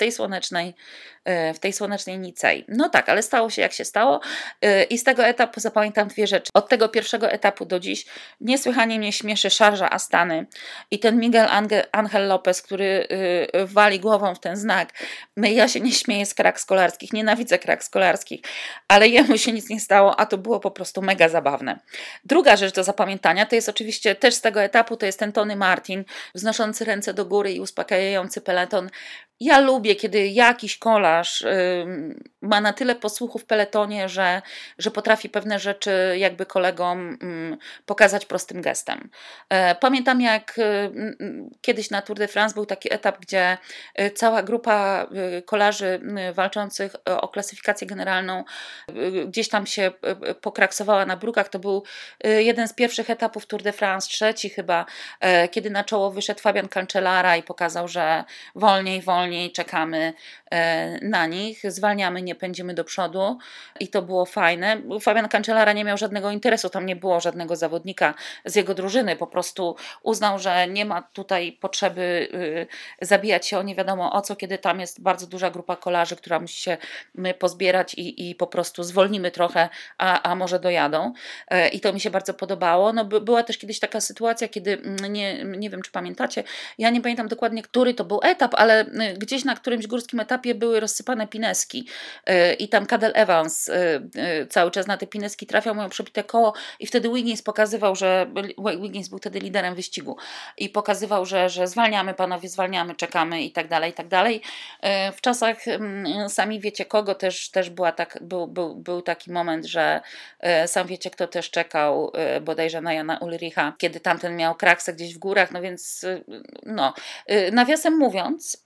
w tej słonecznej Nicei. No tak, ale stało się jak się stało i z tego etapu zapamiętam dwie rzeczy. Od tego pierwszego etapu do dziś niesłychanie mnie śmieszy szarża Astany i ten Miguel Angel Lopez, który wali głową w ten znak. Ja się nie śmieję z krak skolarskich, nienawidzę krak skolarskich, ale jemu się nic nie stało, a to było po prostu mega zabawne. Druga rzecz do zapamiętania to jest oczywiście też z tego etapu, to jest ten Tony Martin, wznoszący ręce do góry i uspokajający peleton. Ja lubię, kiedy jakiś kolarz ma na tyle posłuchu w peletonie, że potrafi pewne rzeczy jakby kolegom pokazać prostym gestem. Pamiętam, jak kiedyś na Tour de France był taki etap, gdzie cała grupa kolarzy walczących o klasyfikację generalną gdzieś tam się pokraksowała na brukach. To był jeden z pierwszych etapów Tour de France, trzeci chyba, kiedy na czoło wyszedł Fabian Cancellara i pokazał, że wolniej, czekamy na nich, zwalniamy, nie pędzimy do przodu i to było fajne. Fabian Cancellara nie miał żadnego interesu, tam nie było żadnego zawodnika z jego drużyny, po prostu uznał, że nie ma tutaj potrzeby zabijać się o nie wiadomo o co, kiedy tam jest bardzo duża grupa kolarzy, która musi się pozbierać i po prostu zwolnimy trochę, a może dojadą. I to mi się bardzo podobało. No, była też kiedyś taka sytuacja, kiedy, nie wiem czy pamiętacie, ja nie pamiętam dokładnie, który to był etap, ale gdzieś na którymś górskim etapie były rozsypane pineski i tam Cadel Evans cały czas na te pineski trafiał, miał przebite koło i wtedy Wiggins pokazywał, że Wiggins był wtedy liderem wyścigu i pokazywał, że zwalniamy panowie, zwalniamy, czekamy i tak dalej, i tak dalej. W czasach sami wiecie kogo też był taki moment, że sam wiecie kto też czekał bodajże na Jana Ulricha, kiedy tamten miał kraksę gdzieś w górach, no więc nawiasem mówiąc, na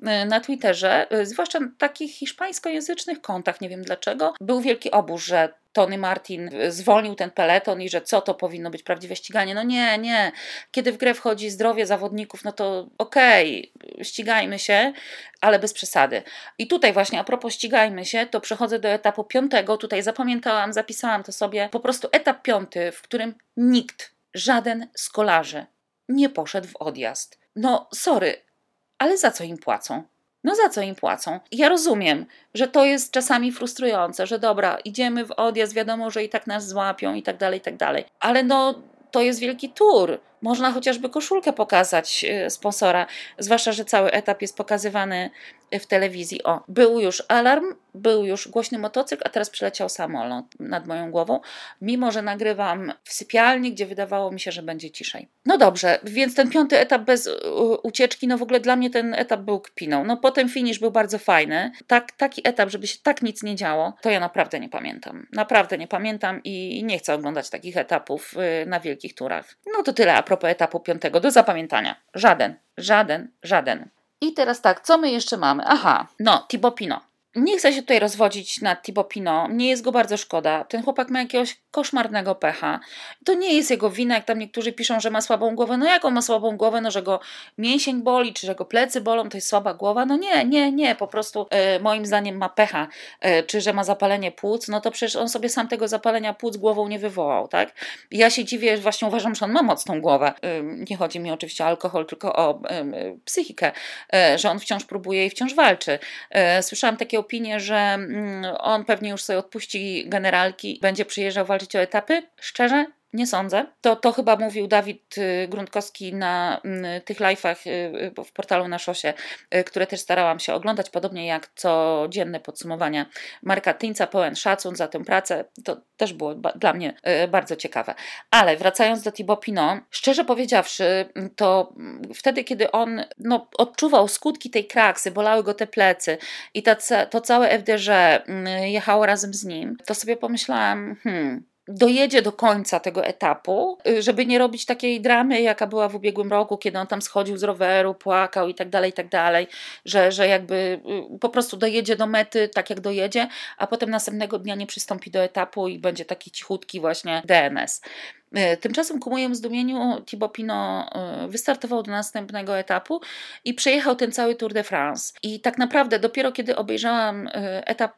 Twitterze, zwłaszcza na takich hiszpańskojęzycznych kontach, nie wiem dlaczego, był wielki obóz, że Tony Martin zwolnił ten peleton i że co to powinno być prawdziwe ściganie. No nie. Kiedy w grę wchodzi zdrowie zawodników, no to okej, ścigajmy się, ale bez przesady. I tutaj właśnie a propos ścigajmy się, to przechodzę do etapu 5. Tutaj zapamiętałam, zapisałam to sobie. Po prostu etap 5, w którym nikt, żaden z kolarzy nie poszedł w odjazd. No sorry, ale za co im płacą? No za co im płacą? Ja rozumiem, że to jest czasami frustrujące, że dobra, idziemy w odjazd, wiadomo, że i tak nas złapią i tak dalej, ale no to jest wielki tour. Można chociażby koszulkę pokazać sponsora, zwłaszcza, że cały etap jest pokazywany w telewizji. O, był już alarm, był już głośny motocykl, a teraz przyleciał samolot nad moją głową, mimo że nagrywam w sypialni, gdzie wydawało mi się, że będzie ciszej. No dobrze, więc ten 5. etap bez ucieczki, no w ogóle dla mnie ten etap był kpiną. No potem finish był bardzo fajny. Taki etap, żeby się tak nic nie działo, to ja naprawdę nie pamiętam. Naprawdę nie pamiętam i nie chcę oglądać takich etapów na wielkich turach. No to tyle a propos etapu 5. Do zapamiętania. Żaden. I teraz tak, co my jeszcze mamy? Aha, no, Thibaut Pinot. Nie chcę się tutaj rozwodzić nad Thibaut Pinot, mnie jest go bardzo szkoda. Ten chłopak ma jakiegoś koszmarnego pecha. To nie jest jego wina, jak tam niektórzy piszą, że ma słabą głowę. No jak on ma słabą głowę? No, że go mięsień boli, czy że go plecy bolą, to jest słaba głowa? No nie, po prostu moim zdaniem ma pecha. Czy że ma zapalenie płuc? No to przecież on sobie sam tego zapalenia płuc głową nie wywołał, tak? Ja się dziwię, właśnie uważam, że on ma mocną głowę. Nie chodzi mi oczywiście o alkohol, tylko o psychikę, że on wciąż próbuje i wciąż walczy. Słyszałam takie opinie, że on pewnie już sobie odpuści generalki, będzie przyjeżdżał walczyć o etapy. Szczerze? Nie sądzę. To chyba mówił Dawid Grundkowski na tych live'ach w portalu Na Szosie, które też starałam się oglądać, podobnie jak codzienne podsumowania Marka Tyńca, pełen szacun za tę pracę. To też było dla mnie bardzo ciekawe. Ale wracając do Thibaut Pinot, szczerze powiedziawszy, to wtedy, kiedy on odczuwał skutki tej kraksy, bolały go te plecy i to całe FDŻ jechało razem z nim, to sobie pomyślałam, dojedzie do końca tego etapu, żeby nie robić takiej dramy, jaka była w ubiegłym roku, kiedy on tam schodził z roweru, płakał i tak dalej, że jakby po prostu dojedzie do mety tak jak dojedzie, a potem następnego dnia nie przystąpi do etapu i będzie taki cichutki właśnie DNS. Tymczasem ku mojemu zdumieniu Thibaut Pinot wystartował do następnego etapu i przejechał ten cały Tour de France. I tak naprawdę dopiero kiedy obejrzałam etap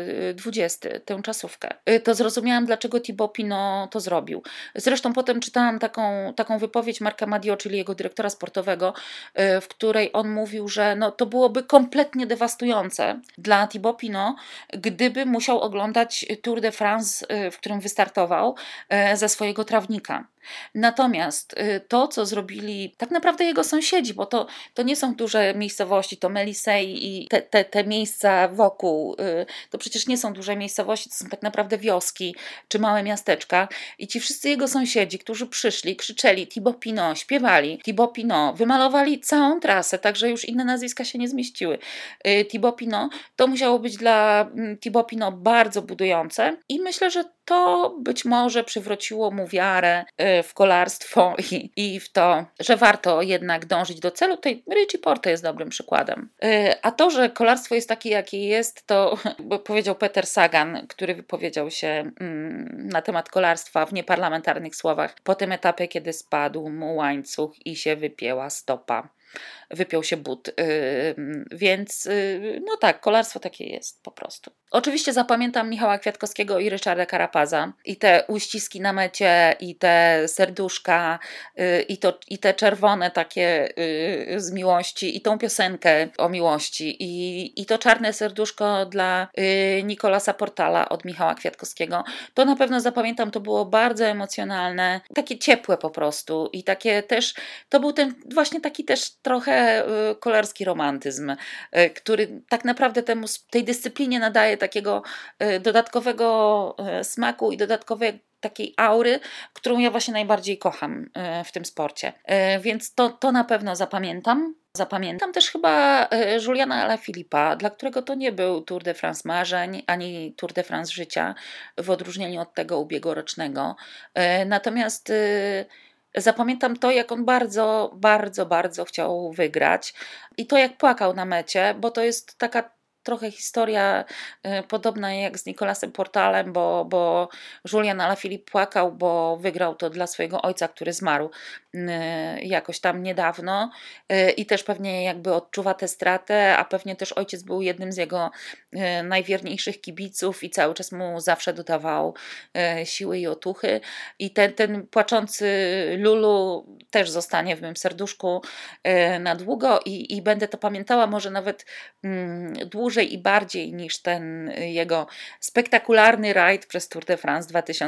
20, tę czasówkę, to zrozumiałam, dlaczego Thibaut Pinot to zrobił. Zresztą potem czytałam taką wypowiedź Marka Madio, czyli jego dyrektora sportowego, w której on mówił, że to byłoby kompletnie dewastujące dla Thibaut Pinot, gdyby musiał oglądać Tour de France, w którym wystartował, ze swojego trawnika. Natomiast to, co zrobili tak naprawdę jego sąsiedzi, bo to nie są duże miejscowości, to Mélisée i te miejsca wokół, to przecież nie są duże miejscowości, to są tak naprawdę wioski czy małe miasteczka i ci wszyscy jego sąsiedzi, którzy przyszli, krzyczeli Thibaut Pinot, śpiewali Thibaut Pinot, wymalowali całą trasę, tak że już inne nazwiska się nie zmieściły. Thibaut Pinot, to musiało być dla Thibaut Pinot bardzo budujące i myślę, że to być może przywróciło mu wiarę w kolarstwo i w to, że warto jednak dążyć do celu. Tutaj Richie Porte jest dobrym przykładem. A to, że kolarstwo jest takie, jakie jest, to powiedział Peter Sagan, który wypowiedział się na temat kolarstwa w nieparlamentarnych słowach po tym etapie, kiedy spadł mu łańcuch i się wypięła stopa. Wypiął się but, więc tak, kolarstwo takie jest po prostu. Oczywiście zapamiętam Michała Kwiatkowskiego i Ryszarda Carapaza i te uściski na mecie i te serduszka i te czerwone takie z miłości i tą piosenkę o miłości i to czarne serduszko dla Nicolasa Portala od Michała Kwiatkowskiego. To na pewno zapamiętam, to było bardzo emocjonalne, takie ciepłe po prostu i takie też, to był ten właśnie taki też trochę kolarski romantyzm, który tak naprawdę tej dyscyplinie nadaje takiego dodatkowego smaku i dodatkowej takiej aury, którą ja właśnie najbardziej kocham w tym sporcie. Więc to na pewno zapamiętam. Zapamiętam też chyba Juliana Alaphilippa, dla którego to nie był Tour de France marzeń, ani Tour de France życia, w odróżnieniu od tego ubiegłorocznego. Natomiast Zapamiętam to, jak on bardzo, bardzo, bardzo chciał wygrać i to, jak płakał na mecie, bo to jest taka trochę historia podobna jak z Nicolasem Portalem, bo Julian Alaphilippe płakał, bo wygrał to dla swojego ojca, który zmarł jakoś tam niedawno i też pewnie jakby odczuwa tę stratę, a pewnie też ojciec był jednym z jego najwierniejszych kibiców i cały czas mu zawsze dodawał siły i otuchy. I ten płaczący Lulu też zostanie w moim serduszku na długo i będę to pamiętała może nawet dłużej i bardziej niż ten jego spektakularny rajd przez Tour de France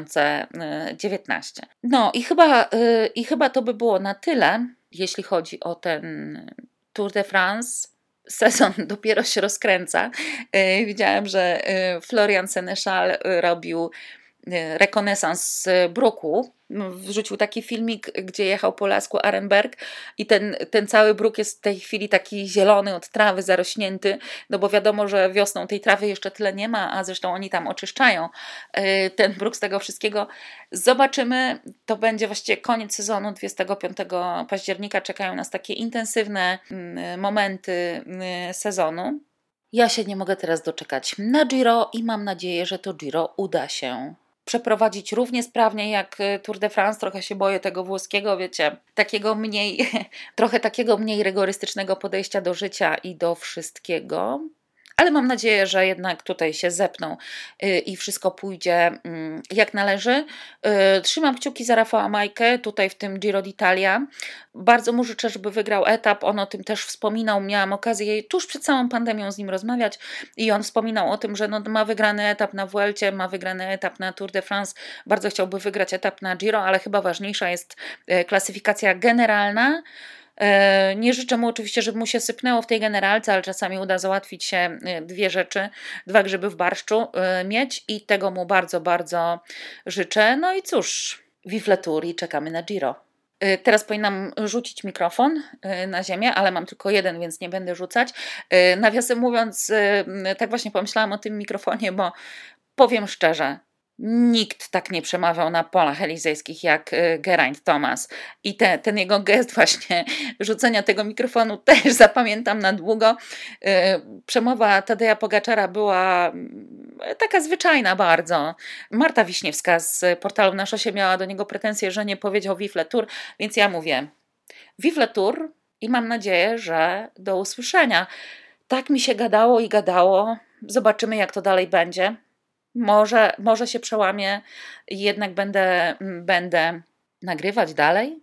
2019. No i chyba to by było na tyle, jeśli chodzi o ten Tour de France. Sezon dopiero się rozkręca. Widziałam, że Florian Sénéchal robił rekonesans bruku. Wrzucił taki filmik, gdzie jechał po lasku Arenberg i ten cały bruk jest w tej chwili taki zielony od trawy, zarośnięty, no bo wiadomo, że wiosną tej trawy jeszcze tyle nie ma, a zresztą oni tam oczyszczają ten bruk z tego wszystkiego. Zobaczymy, to będzie właściwie koniec sezonu, 25 października czekają nas takie intensywne momenty sezonu. Ja się nie mogę teraz doczekać na Giro i mam nadzieję, że to Giro uda się przeprowadzić równie sprawnie jak Tour de France. Trochę się boję tego włoskiego, wiecie, trochę takiego mniej rygorystycznego podejścia do życia i do wszystkiego. Ale mam nadzieję, że jednak tutaj się zepną i wszystko pójdzie jak należy. Trzymam kciuki za Rafała Majkę tutaj w tym Giro d'Italia. Bardzo mu życzę, żeby wygrał etap. On o tym też wspominał. Miałam okazję tuż przed całą pandemią z nim rozmawiać i on wspominał o tym, że ma wygrany etap na Vuelcie, ma wygrany etap na Tour de France. Bardzo chciałby wygrać etap na Giro, ale chyba ważniejsza jest klasyfikacja generalna. Nie życzę mu oczywiście, żeby mu się sypnęło w tej generalce, ale czasami uda załatwić się dwie rzeczy, 2 grzyby w barszczu mieć i tego mu bardzo, bardzo życzę. No i cóż, vive le Tour i czekamy na Giro. Teraz powinnam rzucić mikrofon na ziemię, ale mam tylko jeden, więc nie będę rzucać. Nawiasem mówiąc, tak właśnie pomyślałam o tym mikrofonie, bo powiem szczerze, nikt tak nie przemawiał na polach elizejskich jak Geraint Thomas i ten jego gest właśnie rzucenia tego mikrofonu też zapamiętam na długo. Przemowa Tadeja Pogaczara była taka zwyczajna bardzo. Marta Wiśniewska z portalu Na Szosie miała do niego pretensje, że nie powiedział Vive le Tour, więc ja mówię Vive le Tour i mam nadzieję, że do usłyszenia. Tak mi się gadało i gadało. Zobaczymy, jak to dalej będzie. Może się przełamię i jednak będę nagrywać dalej.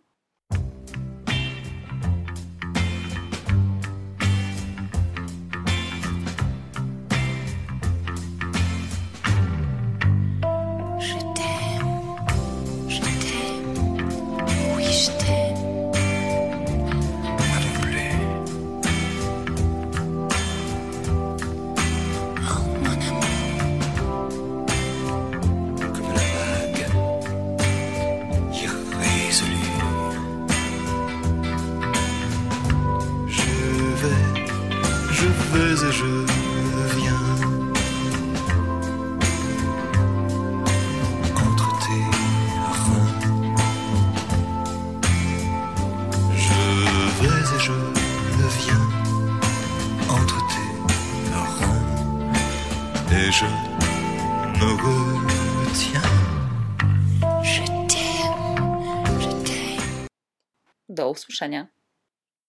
Et je me retiens. Do usłyszenia.